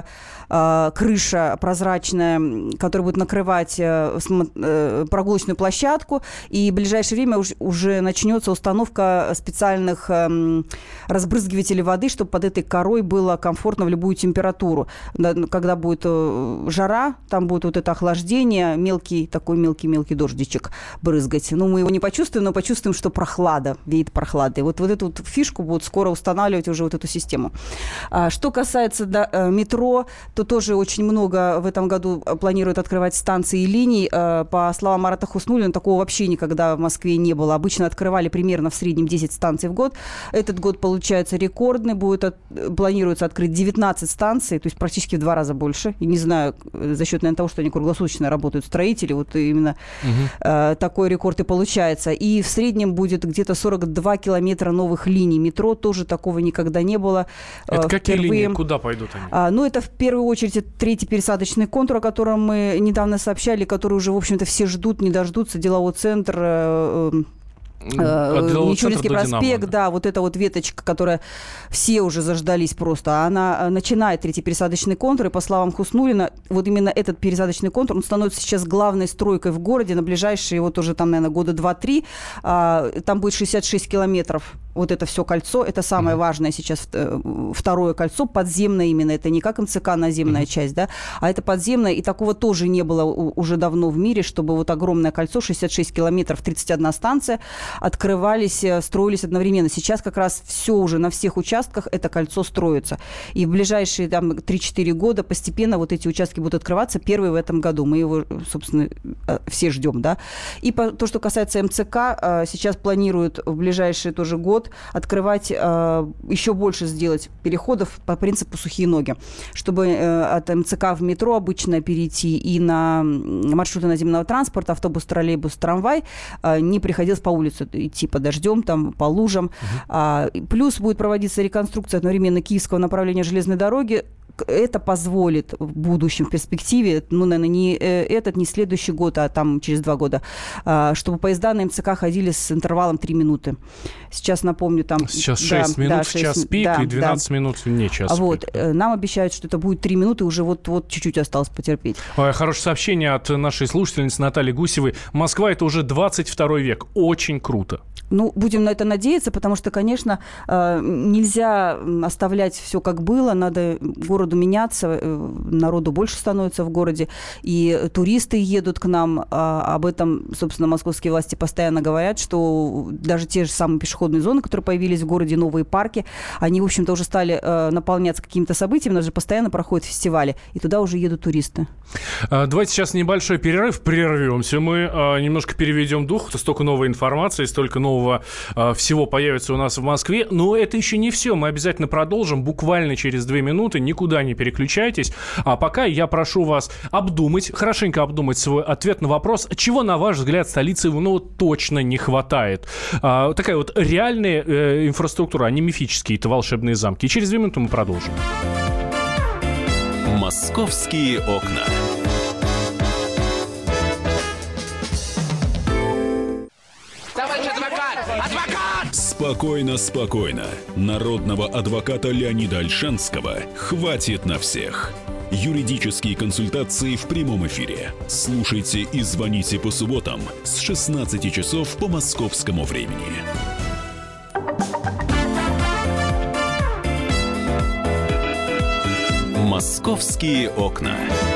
крыша прозрачная, которая будет накрывать прогулочную площадку. И в ближайшее время уже начнется установка специальных разбрызгивателей воды, чтобы под этой корой было комфортно в любую температуру. Когда будет жара, там будет вот это охлаждение, мелкий дождичек брызгать. Ну, мы его не почувствуем, но почувствуем, что прохлада, веет прохладой. Вот эту вот фишку будут скоро устанавливать уже вот эту систему. Что касается метро, то тоже очень много в этом году планируют открывать станции и линий. По словам Марата Хуснуллина, такого вообще никогда в Москве не было. Обычно открывали примерно в среднем 10 станций в год. Этот год получается рекордный. Планируется открыть 19 станций, то есть практически в 2 раза больше. И не знаю, за счет, наверное, того, что они круглосуточно работают строители, вот именно такой рекорд и получается. И в среднем будет где-то 42 километра новых линий метро. Тоже такого никогда не было. Это какие линии? Куда пойдут они? Ну, это в первую очередь третий пересадочный контур, о котором мы недавно сообщали, который уже, в общем-то, все ждут, не дождутся. Деловой центр... Мичуринский проспект, да, вот эта вот веточка, которая все уже заждались просто, она начинает третий пересадочный контур, и по словам Хуснуллина, вот именно этот пересадочный контур, он становится сейчас главной стройкой в городе на ближайшие вот уже там, наверное, года 2-3, там будет 66 километров. Вот это все кольцо, это самое важное сейчас, второе кольцо, подземное именно, это не как МЦК наземная часть, да, а это подземное, и такого тоже не было уже давно в мире, чтобы вот огромное кольцо, 66 километров, 31 станция, открывались, строились одновременно. Сейчас как раз все уже на всех участках это кольцо строится. И в ближайшие там 3-4 года постепенно вот эти участки будут открываться, первый в этом году. Мы его, собственно, все ждем, да. И то, что касается МЦК, сейчас планируют в ближайший тоже год открывать, еще больше сделать переходов по принципу сухие ноги, чтобы от МЦК в метро обычно перейти и на маршруты наземного транспорта, автобус, троллейбус, трамвай, не приходилось по улице идти по дождем, там, по лужам. Плюс будет проводиться реконструкция одновременно киевского направления железной дороги. Это позволит в будущем, в перспективе, ну, наверное, не следующий год, а там через 2 года, чтобы поезда на МЦК ходили с интервалом 3 минуты. Сейчас, напомню, там... Сейчас 6 минут в час пик и 12 минут не час вот. пик. Нам обещают, что это будет 3 минуты, уже вот чуть-чуть осталось потерпеть. Хорошее сообщение от нашей слушательницы Натальи Гусевой. Москва — это уже 22 век. Очень круто. Ну, будем на это надеяться, потому что, конечно, нельзя оставлять все как было, надо городу меняться, народу больше становится в городе, и туристы едут к нам, об этом, собственно, московские власти постоянно говорят, что даже те же самые пешеходные зоны, которые появились в городе, новые парки, они, в общем-то, уже стали наполняться какими-то событиями, у нас же постоянно проходят фестивали, и туда уже едут туристы. Давайте сейчас небольшой перерыв, прервемся, мы немножко переведем дух, столько новой информации, столько нового всего появится у нас в Москве. Но это еще не все. Мы обязательно продолжим буквально через 2 минуты. Никуда не переключайтесь. А пока я прошу вас хорошенько обдумать свой ответ на вопрос, чего, на ваш взгляд, столице точно не хватает. Такая вот реальная инфраструктура, а не мифические это волшебные замки. И через 2 минуты мы продолжим. Московские окна. Спокойно, спокойно. Народного адвоката Леонида Ольшанского хватит на всех. Юридические консультации в прямом эфире. Слушайте и звоните по субботам с 16 часов по московскому времени. «Московские окна».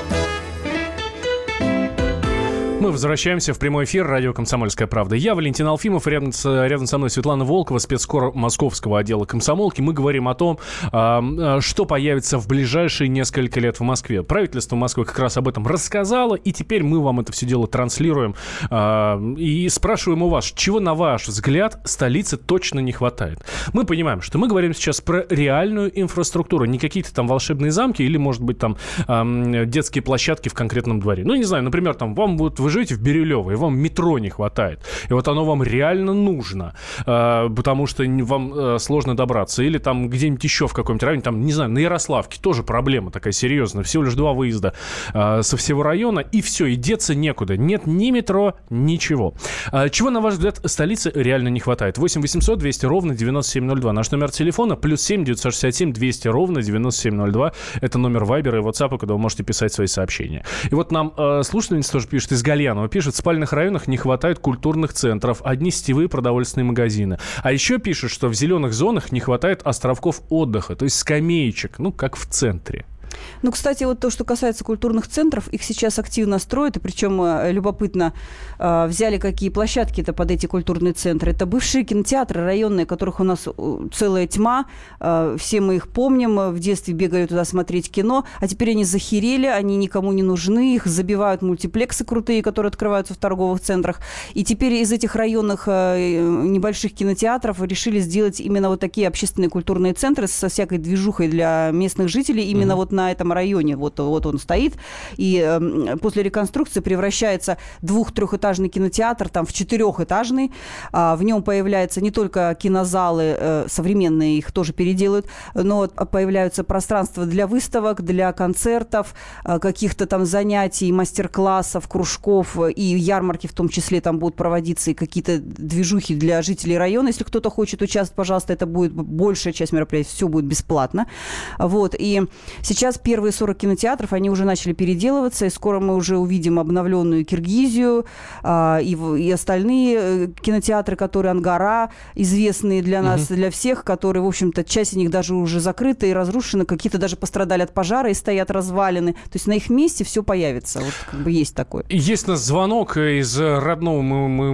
Мы возвращаемся в прямой эфир радио «Комсомольская правда». Я Валентин Алфимов, рядом со мной Светлана Волкова, спецкор московского отдела комсомолки. Мы говорим о том, что появится в ближайшие несколько лет в Москве. Правительство Москвы как раз об этом рассказало, и теперь мы вам это все дело транслируем. И спрашиваем у вас, чего, на ваш взгляд, столице точно не хватает? Мы понимаем, что мы говорим сейчас про реальную инфраструктуру, не какие-то там волшебные замки или, может быть, там детские площадки в конкретном дворе. Ну, не знаю, например, там вам будут... Вы живете в Бирюлево, и вам метро не хватает. И вот оно вам реально нужно, потому что вам сложно добраться. Или там где-нибудь еще в каком-нибудь районе, там, не знаю, на Ярославке тоже проблема такая серьезная. Всего лишь 2 выезда со всего района, и все, и деться некуда. Нет ни метро, ничего. Чего, на ваш взгляд, столице реально не хватает? 8 800 200 ровно 9702. Наш номер телефона +7 967 200 ровно 9702. Это номер Вайбера и WhatsApp, куда вы можете писать свои сообщения. И вот нам слушательница тоже пишет из Гальянова. Пишет, в спальных районах не хватает культурных центров, одни сетевые продовольственные магазины. А еще пишет, что в зеленых зонах не хватает островков отдыха, то есть скамеечек, ну, как в центре. Ну, кстати, вот то, что касается культурных центров, их сейчас активно строят, и причем любопытно, взяли какие площадки-то под эти культурные центры. Это бывшие кинотеатры районные, которых у нас целая тьма, все мы их помним, в детстве бегали туда смотреть кино, а теперь они захерели, они никому не нужны, их забивают мультиплексы крутые, которые открываются в торговых центрах, и теперь из этих районных небольших кинотеатров решили сделать именно вот такие общественные культурные центры со всякой движухой для местных жителей, именно вот на этом районе. Вот он стоит, и после реконструкции превращается 2-3-этажный кинотеатр там, в 4-этажный. В нем появляются не только кинозалы, современные их тоже переделают, но появляются пространства для выставок, для концертов, каких-то там занятий, мастер-классов, кружков и ярмарки в том числе там будут проводиться, и какие-то движухи для жителей района. Если кто-то хочет участвовать, пожалуйста, это будет большая часть мероприятий, все будет бесплатно. Вот. И сейчас первые 40 кинотеатров, они уже начали переделываться, и скоро мы уже увидим обновленную Киргизию и остальные кинотеатры, которые Ангара, известные для нас, для всех, которые, в общем-то, часть из них даже уже закрыты и разрушены, какие-то даже пострадали от пожара и стоят развалины. То есть на их месте все появится. Вот как бы есть такое. Есть у нас звонок из родного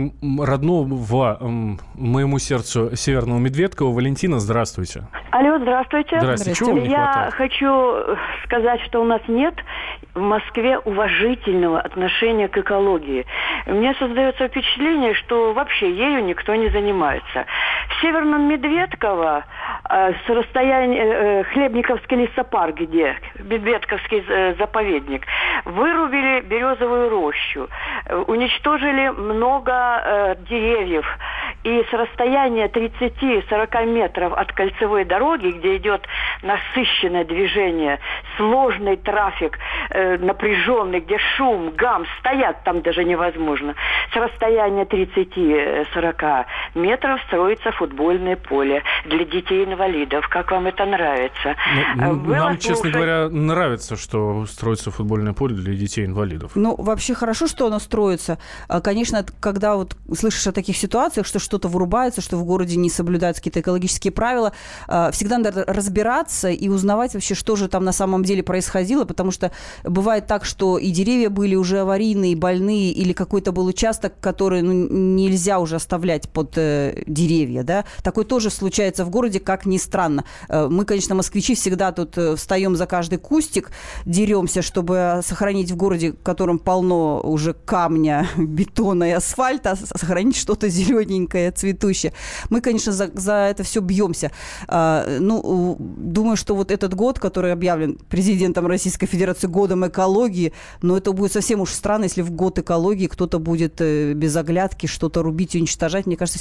моему сердцу Северного Медведкова. Валентина, здравствуйте. Алло, здравствуйте. Здравствуйте. Чего вам не хватает? Я хочу сказать, что у нас нет в Москве уважительного отношения к экологии. Мне создается впечатление, что вообще ею никто не занимается. В Северном Медведково с расстояния Хлебниковский лесопарк, где Медведковский заповедник, вырубили березовую рощу, уничтожили много деревьев. И с расстояния 30-40 метров от кольцевой дороги, где идет насыщенное движение, сложный трафик, напряженный, где шум, гам, стоять там даже невозможно. С расстояния 30-40 метров строится футбольное поле для детей-инвалидов. Как вам это нравится? Нам, честно говоря, нравится, что строится футбольное поле для детей-инвалидов. Ну, вообще хорошо, что оно строится. Конечно, когда вот слышишь о таких ситуациях, что что-то вырубается, что в городе не соблюдаются какие-то экологические правила, всегда надо разбираться и узнавать вообще, что же там на самом деле происходило, потому что бывает так, что и деревья были уже аварийные, больные, или какой-то был участок, который нельзя уже оставлять под деревья, да. Такое тоже случается в городе, как ни странно. Мы, конечно, москвичи, всегда тут встаем за каждый кустик, деремся, чтобы сохранить в городе, в котором полно уже камня, бетона и асфальта, сохранить что-то зелененькое, цветущее. Мы, конечно, за это все бьемся. Думаю, что вот этот год, который объявлен президентом Российской Федерации годом экологии, но это будет совсем уж странно, если в год экологии кто-то будет без оглядки что-то рубить и уничтожать. Мне кажется,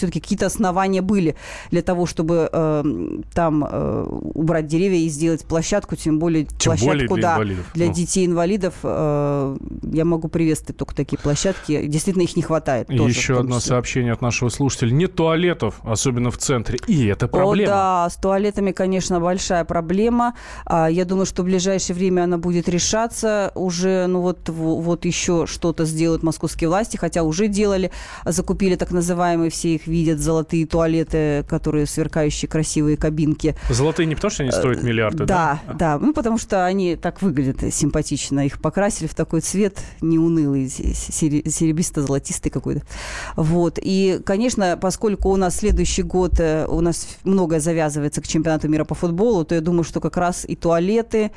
все-таки какие-то основания были для того, чтобы там убрать деревья и сделать площадку, тем более площадку для детей-инвалидов. Я могу приветствовать только такие площадки. Действительно, их не хватает. Еще одно сообщение от нашего слушателя. Нет туалетов, особенно в центре. И это проблема. Да, с туалетами, конечно, большая проблема. Я думаю, что в ближайшее время она будет решаться. Уже, вот еще что-то сделают московские власти, хотя уже делали. Закупили так называемые, все их видят, золотые туалеты, которые сверкающие, красивые кабинки. Золотые не потому, что они стоят миллиарды, да? Да. Потому что они так выглядят симпатично. Их покрасили в такой цвет неунылый, серебристо-золотистый какой-то. Вот. И, конечно, поскольку у нас следующий год, у нас многое завязывается к чемпионату мира по футболу, то я думаю, что как раз и туалеты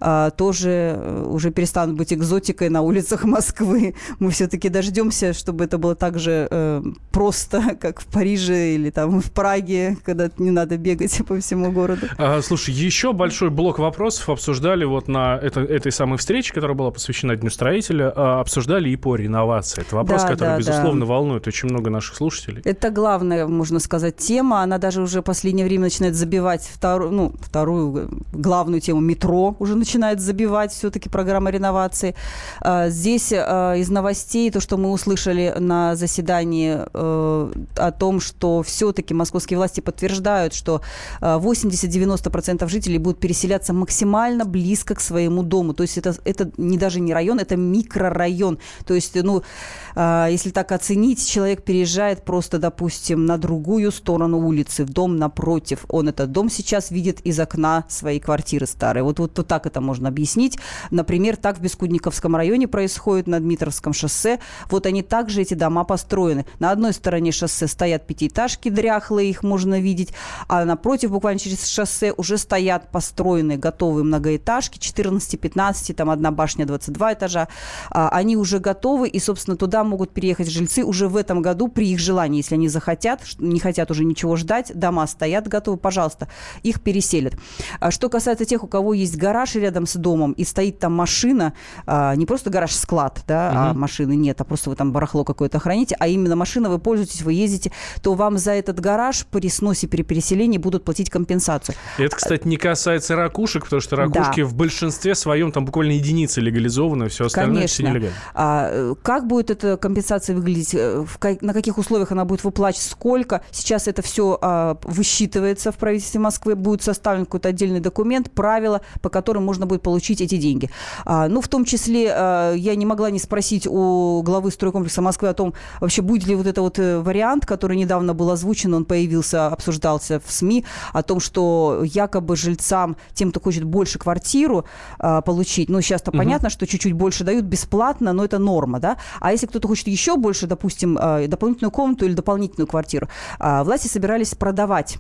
тоже уже перестанут быть экзотикой на улицах Москвы. Мы все-таки дождемся, чтобы это было так же просто, как в Париже или там в Праге, когда не надо бегать по всему городу. Слушай, еще большой блок вопросов обсуждали вот на этой самой встрече, которая была посвящена Дню строителя, обсуждали и по реновации. Это вопрос, который, безусловно, волнует очень много наших слушателей. Это главная, можно сказать, тема. Она даже уже в последнее время начинает забивать вторую главную тему метро уже начинает забивать все-таки программа реновации. Здесь из новостей то, что мы услышали на заседании о том, что все-таки московские власти подтверждают, что 80-90% жителей будут переселяться максимально близко к своему дому. То есть это даже не район, это микрорайон. То есть, если так оценить, человек переезжает просто, допустим, на другую сторону улицы, в дом напротив. Он этот дом сейчас видит из окна своей квартиры старой. Вот так это можно объяснить. Например, так в Бескудниковском районе происходит, на Дмитровском шоссе. Вот они также, эти дома построены. На одной стороне шоссе стоят пятиэтажки дряхлые, их можно видеть, а напротив, буквально через шоссе, уже стоят построенные готовые многоэтажки, 14-15, там одна башня, 22 этажа. Они уже готовы, и, собственно, туда могут переехать жильцы уже в этом году при их желании. Если они захотят, не хотят уже ничего ждать, дома стоят готовы, пожалуйста, их переселят. Что касается тех, у кого есть гараж рядом с домом, и стоит там машина, не просто гараж-склад, а машины нет, а просто вы там барахло какое-то храните, а именно машина, вы пользуетесь, вы ездите, то вам за этот гараж при сносе, при переселении будут платить компенсацию. Это, кстати, не касается ракушек, потому что ракушки в большинстве своем там буквально единицы легализованы, все остальное все нелегально. Как будет эта компенсация выглядеть, на каких условиях она будет выплачиваться, сколько? Сейчас это все высчитывается в правительстве Москвы, будет составлен какой-то отдельный документ, правила, по которым можно будет получить эти деньги. В том числе я не могла не спросить у главы стройкомплекса Москвы о том, вообще будет ли вот это вот вариант, который недавно был озвучен, он появился, обсуждался в СМИ, о том, что якобы жильцам, тем, кто хочет больше квартиру получить, сейчас-то понятно, что чуть-чуть больше дают бесплатно, но это норма, да? А если кто-то хочет еще больше, допустим, дополнительную комнату или дополнительную квартиру, власти собирались продавать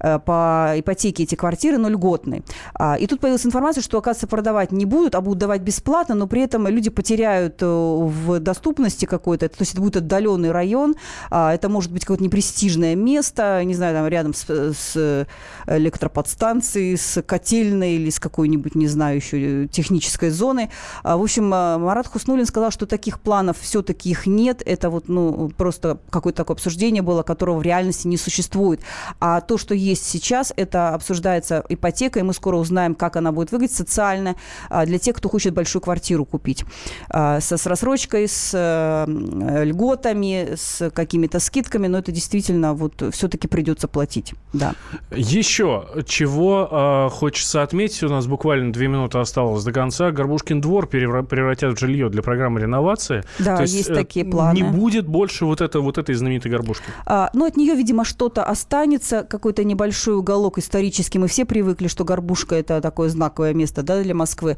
по ипотеке эти квартиры, но льготные. И тут появилась информация, что, оказывается, продавать не будут, а будут давать бесплатно, но при этом люди потеряют в доступности какой-то, то есть это будет отдаленный район, это может быть какое-то непрестижное место, не знаю, там рядом с электроподстанцией, с котельной или с какой-нибудь, не знаю, еще технической зоной. В общем, Марат Хуснуллин сказал, что таких планов все-таки их нет, это просто какое-то такое обсуждение было, которого в реальности не существует. А то, что есть сейчас, это обсуждается ипотека, и мы скоро узнаем, как она будет выглядеть социально для тех, кто хочет большую квартиру купить. С рассрочкой, с льготами, с какими-то скидками, но это действительно все-таки придется платить. Да. Еще чего хочется отметить, у нас буквально 2 минуты осталось до конца. Горбушкин двор превратят в жилье для программы реновации. Да, то есть такие планы. Не будет больше вот этой знаменитой горбушки? От нее, видимо, что-то останется, какой-то небольшой уголок исторический. Мы все привыкли, что горбушка – это такое знаковое место, да, для Москвы.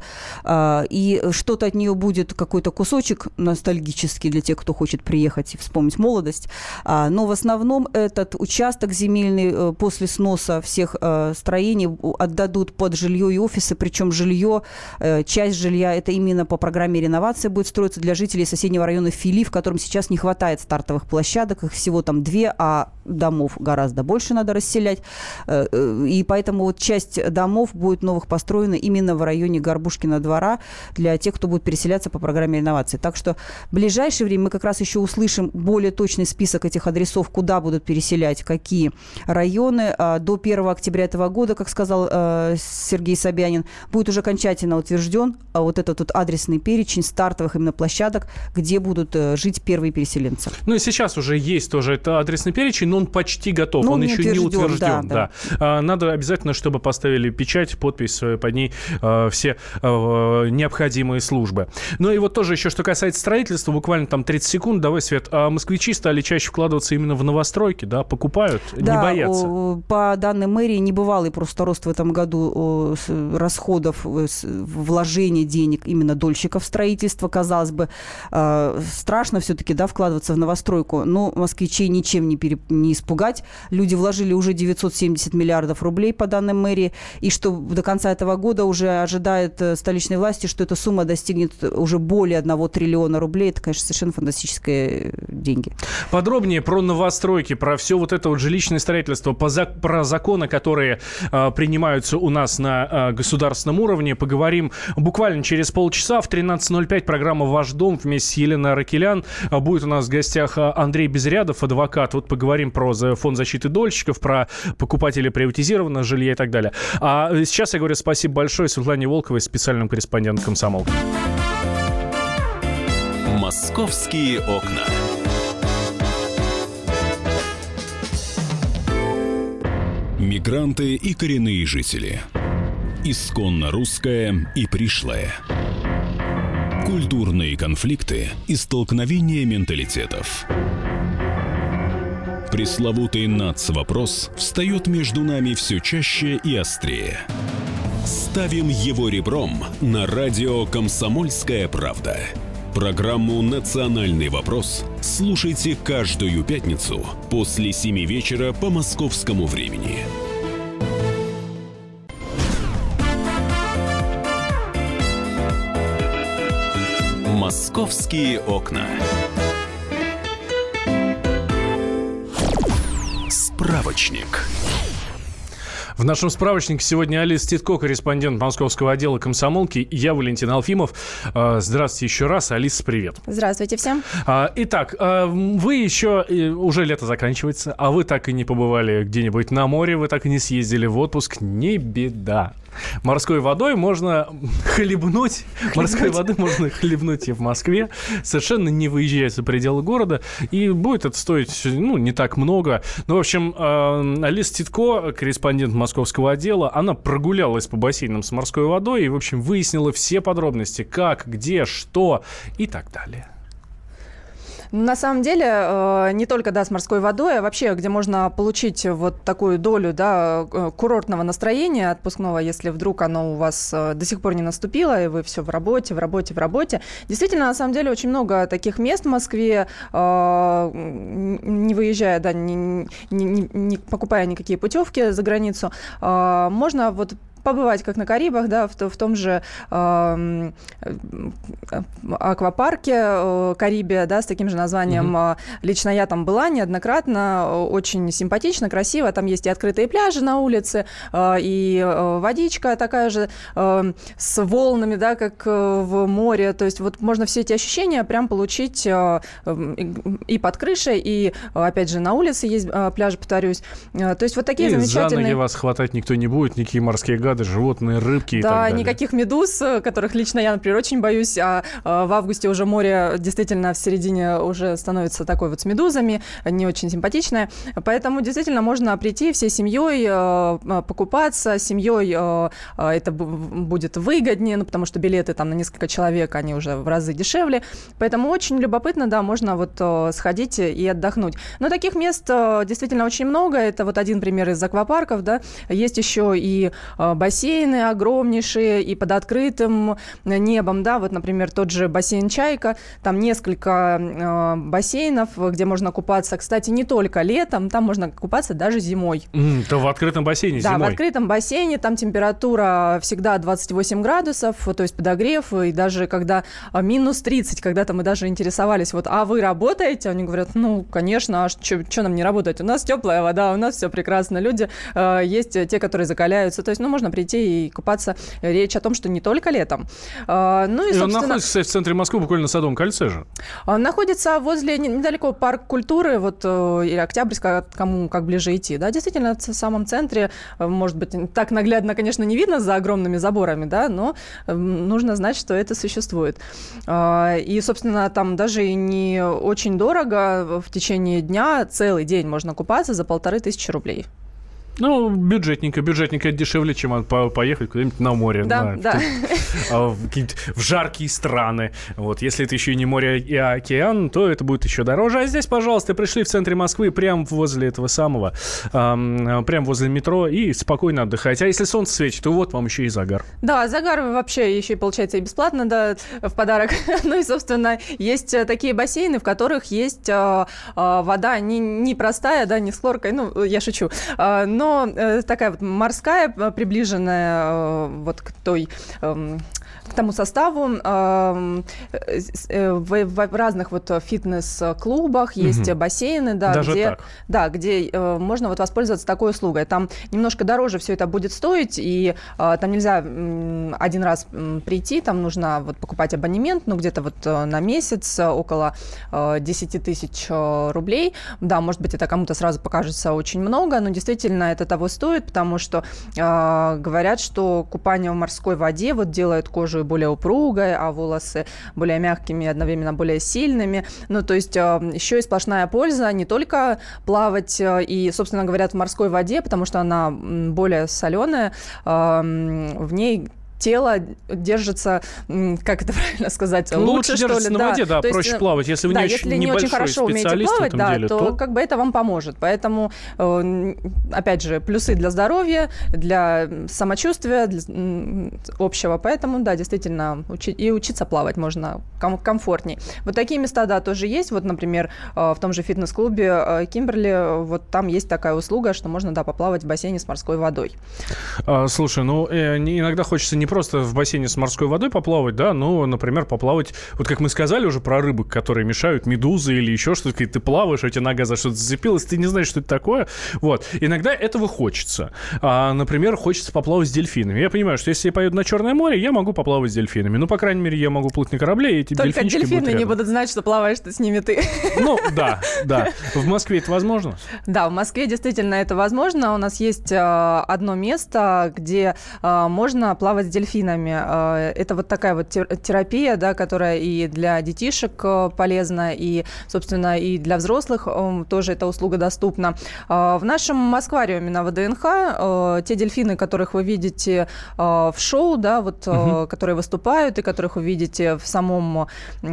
И что-то от нее будет, какой-то кусочек ностальгический для тех, кто хочет приехать и вспомнить молодость. Но в основном этот участок земельный после сноса всех строений отдадут под жилье и офисы. Причем жилье, часть жилья – это именно по программе реновации будет строиться для жителей соседнего района Фили, в котором сейчас не хватает стартовых площадок. Их всего там 2, а домов гораздо больше надо расселять. И поэтому часть домов будет новых построена именно в районе Горбушкина двора для тех, кто будет переселяться по программе реновации. Так что в ближайшее время мы как раз еще услышим более точный список этих адресов, часов куда будут переселять, какие районы. До 1 октября этого года, как сказал Сергей Собянин, будет уже окончательно утвержден вот этот вот адресный перечень стартовых именно площадок, где будут жить первые переселенцы. Ну и сейчас уже есть тоже это адресный перечень, но он почти готов, он еще не утвержден. Да. Надо обязательно, чтобы поставили печать, подпись под ней все необходимые службы. Ну и вот тоже еще, что касается строительства, буквально там 30 секунд. Давай, Свет, москвичи стали чаще вкладываться именно в новостройки, да, покупают, не боятся. По данным мэрии, небывалый просто рост в этом году расходов, вложения денег именно дольщиков строительства. Казалось бы, страшно все-таки, да, вкладываться в новостройку, но москвичей ничем не испугать. Люди вложили уже 970 миллиардов рублей, по данным мэрии, и что до конца этого года уже ожидает столичной власти, что эта сумма достигнет уже более 1 триллиона рублей. Это, конечно, совершенно фантастические деньги. Подробнее про новостройки, про все вот это вот жилищное строительство, про законы, которые принимаются у нас на государственном уровне, поговорим буквально через полчаса. В 13:05 программа «Ваш дом» вместе с Еленой Аракелян. Будет у нас в гостях Андрей Безрядов, адвокат. Вот поговорим про фонд защиты дольщиков, про покупателей приватизированного жилья и так далее. А сейчас я говорю спасибо большое Светлане Волковой, специальному корреспонденту «Комсомолки». «Московские окна». Мигранты и коренные жители. Исконно русское и пришлое. Культурные конфликты и столкновения менталитетов. Пресловутый нацвопрос встает между нами все чаще и острее. Ставим его ребром на радио «Комсомольская правда». Программу «Национальный вопрос» слушайте каждую пятницу после 7 вечера по московскому времени. «Московские окна». Справочник. В нашем справочнике сегодня Алиса Титко, корреспондент московского отдела «Комсомолки». Я Валентин Алфимов. Здравствуйте еще раз. Алиса, привет. Здравствуйте всем. Итак, вы еще... Уже лето заканчивается, а вы так и не побывали где-нибудь на море, вы так и не съездили в отпуск. Не беда. Морской водой можно хлебнуть. Морской воды можно хлебнуть и в Москве, совершенно не выезжая за пределы города. И будет это стоить, не так много. Ну, в общем, Алиса Титко, корреспондент московского отдела, она прогулялась по бассейнам с морской водой и, в общем, выяснила все подробности. Как, где, что и так далее. На самом деле, не только, с морской водой, а вообще, где можно получить вот такую долю, курортного настроения отпускного, если вдруг оно у вас до сих пор не наступило, и вы все в работе. Действительно, на самом деле, очень много таких мест в Москве, не выезжая, не покупая никакие путевки за границу, можно вот побывать как на Карибах, в том же аквапарке Карибия, с таким же названием. Лично я там была неоднократно, очень симпатично, красиво. Там есть и открытые пляжи на улице, и водичка такая же с волнами, как в море. То есть вот можно все эти ощущения прям получить и под крышей, и, опять же, на улице есть пляжи, повторюсь. То есть вот такие замечательные... за ноги вас хватать никто не будет, никакие морские гады, животные, рыбки и так далее. Да, никаких медуз, которых лично я, например, очень боюсь. А в августе уже море действительно в середине уже становится такой вот с медузами, не очень симпатичное. Поэтому действительно можно прийти всей семьей, покупаться. С семьей это будет выгоднее, потому что билеты там на несколько человек, они уже в разы дешевле. Поэтому очень любопытно, можно вот сходить и отдохнуть. Но таких мест действительно очень много. Это вот один пример из аквапарков, Есть еще и бассейны огромнейшие и под открытым небом, вот, например, тот же бассейн «Чайка», там несколько бассейнов, где можно купаться, кстати, не только летом, там можно купаться даже зимой. То в открытом бассейне зимой? Да, в открытом бассейне, там температура всегда 28 градусов, то есть подогрев, и даже когда минус 30, когда-то мы даже интересовались, а вы работаете? Они говорят, конечно, а что нам не работать? У нас теплая вода, у нас все прекрасно, люди есть те, которые закаляются, то есть, можно прийти и купаться. Речь о том, что не только летом. Ну и, он находится, кстати, в центре Москвы, буквально на Садовом кольце же. Он находится возле, недалеко парк культуры, вот, или Октябрьская, кому как ближе идти. Да, действительно, в самом центре, может быть, так наглядно, конечно, не видно за огромными заборами, да, но нужно знать, что это существует. И, собственно, там даже и не очень дорого. В течение дня целый день можно купаться за 1500 рублей. Ну, бюджетненько это дешевле, чем поехать куда-нибудь на море. Да, да. В жаркие страны. Вот. Если это еще и не море и океан, то это будет еще дороже. А здесь, пожалуйста, пришли в центре Москвы, прямо возле этого самого, прямо возле метро, и спокойно отдыхать. А если солнце светит, то вот вам еще и загар. Да, загар вообще еще и получается и бесплатно, да, в подарок. Ну и, собственно, есть такие бассейны, в которых есть вода не простая, да, не с хлоркой, ну, я шучу, но такая вот морская, приближенная вот к той... к тому составу. В разных вот фитнес-клубах есть бассейны, да, где можно вот воспользоваться такой услугой. Там немножко дороже все это будет стоить, и там нельзя один раз прийти, там нужно вот покупать абонемент, ну, где-то вот на месяц около 10 тысяч рублей. Да, может быть, это кому-то сразу покажется очень много, но действительно это того стоит, потому что говорят, что купание в морской воде вот делает кожу более упругой, а волосы более мягкими и одновременно более сильными. Ну, то есть еще и сплошная польза, не только плавать и, собственно говоря, в морской воде, потому что она более соленая, в ней тело держится, как это правильно сказать, лучше, что ли. На воде, да, то проще есть, плавать. Если вы не очень хорошо умеете плавать, да, деле, то как бы это вам поможет. Поэтому, опять же, плюсы для здоровья, для самочувствия, для общего. Поэтому, да, действительно, и учиться плавать можно комфортней. Вот такие места, да, тоже есть. Вот, например, в том же фитнес-клубе Кимберли, вот там есть такая услуга, что можно, да, поплавать в бассейне с морской водой. Слушай, ну, иногда хочется не просто в бассейне с морской водой поплавать, да, но, например, поплавать, вот как мы сказали уже про рыбок, которые мешают, медузы или еще что-то, ты плаваешь, у тебя нога за что-то зацепилась, ты не знаешь, что это такое, вот. Иногда этого хочется. Например, хочется поплавать с дельфинами. Я понимаю, что если я поеду на Черное море, я могу поплавать с дельфинами. Ну, по крайней мере, я могу плыть на корабле, и эти только дельфинчики дельфины будут рядом. Не будут знать, что плаваешь ты с ними ты. Ну, да. В Москве это возможно? Да, в Москве действительно это возможно. У нас есть одно место, где можно плавать с дельфинами. Это вот такая вот терапия, да, которая и для детишек полезна, и, собственно, и для взрослых тоже эта услуга доступна. В нашем Москвариуме на ВДНХ те дельфины, которых вы видите в шоу, да, вот, которые выступают и которых вы видите в самом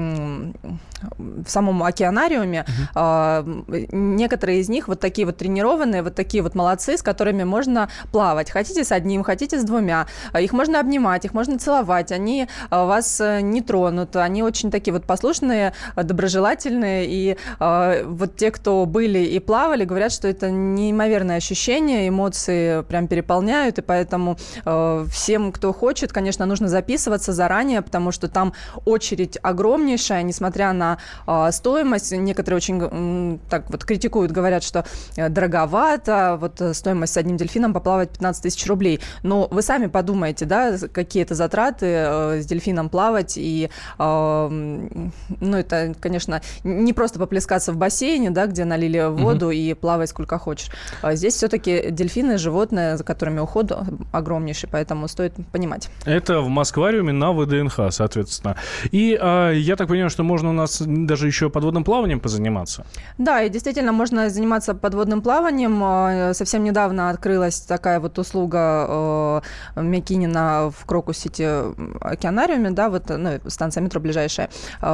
океанариуме, некоторые из них вот такие вот тренированные, вот такие вот молодцы, с которыми можно плавать. Хотите с одним, хотите с двумя. Их можно обнимать, их можно целовать, они вас не тронут, они очень такие вот послушные, доброжелательные, и вот те, кто были и плавали, говорят, что это неимоверное ощущение, эмоции прям переполняют, и поэтому всем, кто хочет, конечно, нужно записываться заранее, потому что там очередь огромнейшая, несмотря на стоимость. Некоторые очень так вот критикуют, говорят, что дороговато, вот стоимость с одним дельфином поплавать 15 тысяч рублей. Но вы сами подумайте, да, какие это затраты с дельфином плавать, и, ну, это, конечно, не просто поплескаться в бассейне, да, где налили воду и плавать сколько хочешь. Здесь все-таки дельфины, животные, за которыми уход огромнейший, поэтому стоит понимать. Это в Москвариуме на ВДНХ, соответственно. И я так понимаю, что можно у нас даже еще подводным плаванием позаниматься? Да, и действительно можно заниматься подводным плаванием. Совсем недавно открылась такая вот услуга Мякинина в Крокус-Сити океанариуме, да, вот, ну, станция метро ближайшая.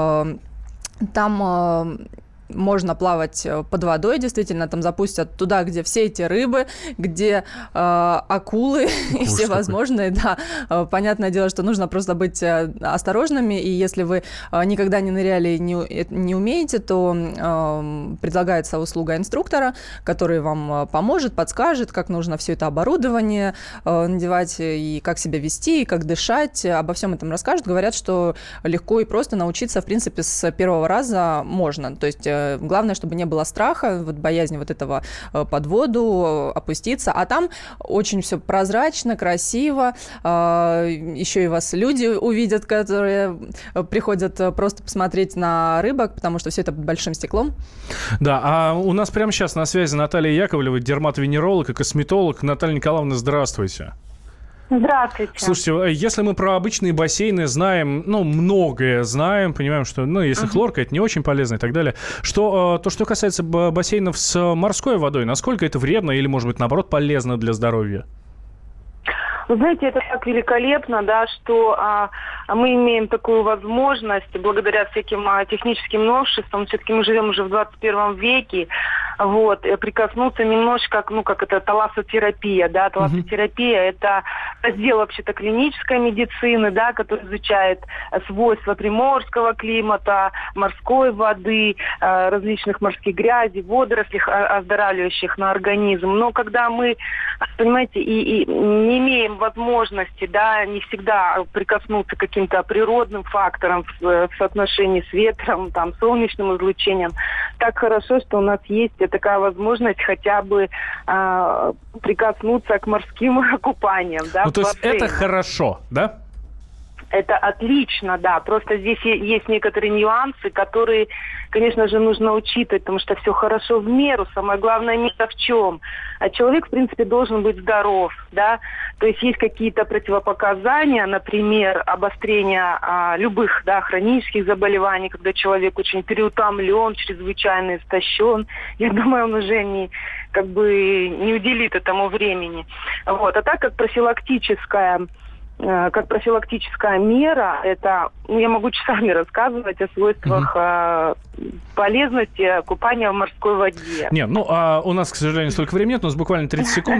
Там можно плавать под водой, действительно, там запустят туда, где все эти рыбы, где акулы и все возможные, да. Понятное дело, что нужно просто быть осторожными, и если вы никогда не ныряли и не умеете, то предлагается услуга инструктора, который вам поможет, подскажет, как нужно все это оборудование надевать, и как себя вести, и как дышать, обо всем этом расскажут. Говорят, что легко и просто научиться, в принципе, с первого раза можно, то есть И главное, чтобы не было страха, вот боязни вот этого под воду опуститься. А там очень все прозрачно, красиво. Еще и вас люди увидят, которые приходят просто посмотреть на рыбок, потому что все это под большим стеклом. Да, а у нас прямо сейчас на связи Наталья Яковлева, дерматовенеролог и косметолог. Наталья Николаевна, здравствуйте. Здравствуйте. Слушайте, если мы про обычные бассейны знаем, многое знаем, понимаем, что, если хлорка, это не очень полезно и так далее. Что касается бассейнов с морской водой, насколько это вредно или, может быть, наоборот, полезно для здоровья? Вы знаете, это так великолепно, да, что мы имеем такую возможность, благодаря всяким техническим новшествам, все-таки мы живем уже в 21 веке, прикоснуться немножко, как это талассотерапия, да, талассотерапия – это раздел вообще-то клинической медицины, да, который изучает свойства приморского климата, морской воды, различных морских грязей, водорослей, оздоравливающих на организм. Но когда мы, понимаете, и не имеем возможности, да, не всегда прикоснуться к каким-то природным факторам в соотношении с ветром, там, солнечным излучением, так хорошо, что у нас есть такая возможность хотя бы прикоснуться к морским купаниям. Да, то есть это хорошо, да? Это отлично, да. Просто здесь есть некоторые нюансы, которые, конечно же, нужно учитывать, потому что все хорошо в меру. Самое главное, мера в чем? А человек, в принципе, должен быть здоров, да. То есть есть какие-то противопоказания, например, обострение любых, да, хронических заболеваний, когда человек очень переутомлен, чрезвычайно истощен. Я думаю, он уже не уделит этому времени. А так как профилактическая мера, это, я могу часами рассказывать о свойствах полезности купания в морской воде. У нас, к сожалению, столько времени нет, у нас буквально 30 секунд.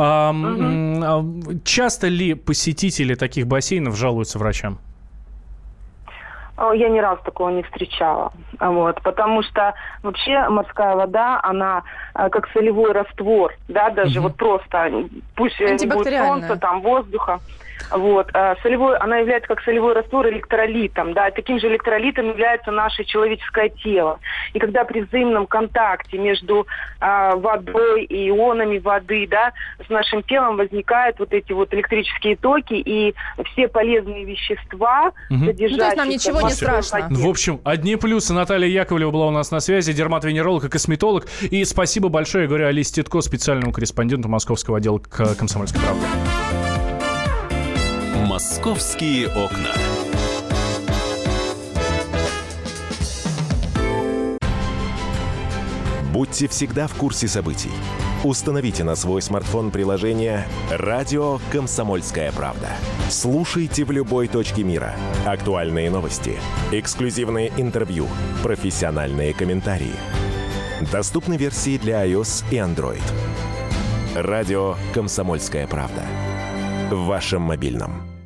Часто ли посетители таких бассейнов жалуются врачам? Я ни разу такого не встречала. Потому что вообще морская вода, она как солевой раствор, да, даже просто, пусть будет солнце, там, воздуха. Она является как солевой раствор электролитом, да, таким же электролитом является наше человеческое тело. И когда при взаимном контакте между водой и ионами воды, да, с нашим телом возникают эти электрические токи и все полезные вещества, содержащиеся... то есть нам ничего не страшно. В общем, одни плюсы. Наталья Яковлева была у нас на связи, дерматовенеролог и косметолог. И спасибо большое, я говорю, Алисе Титко, специальному корреспонденту московского отдела «Комсомольской правды». «Московские окна». Будьте всегда в курсе событий. Установите на свой смартфон приложение «Радио Комсомольская правда». Слушайте в любой точке мира. Актуальные новости, эксклюзивные интервью, профессиональные комментарии. Доступны версии для iOS и Android. «Радио Комсомольская правда». В вашем мобильном.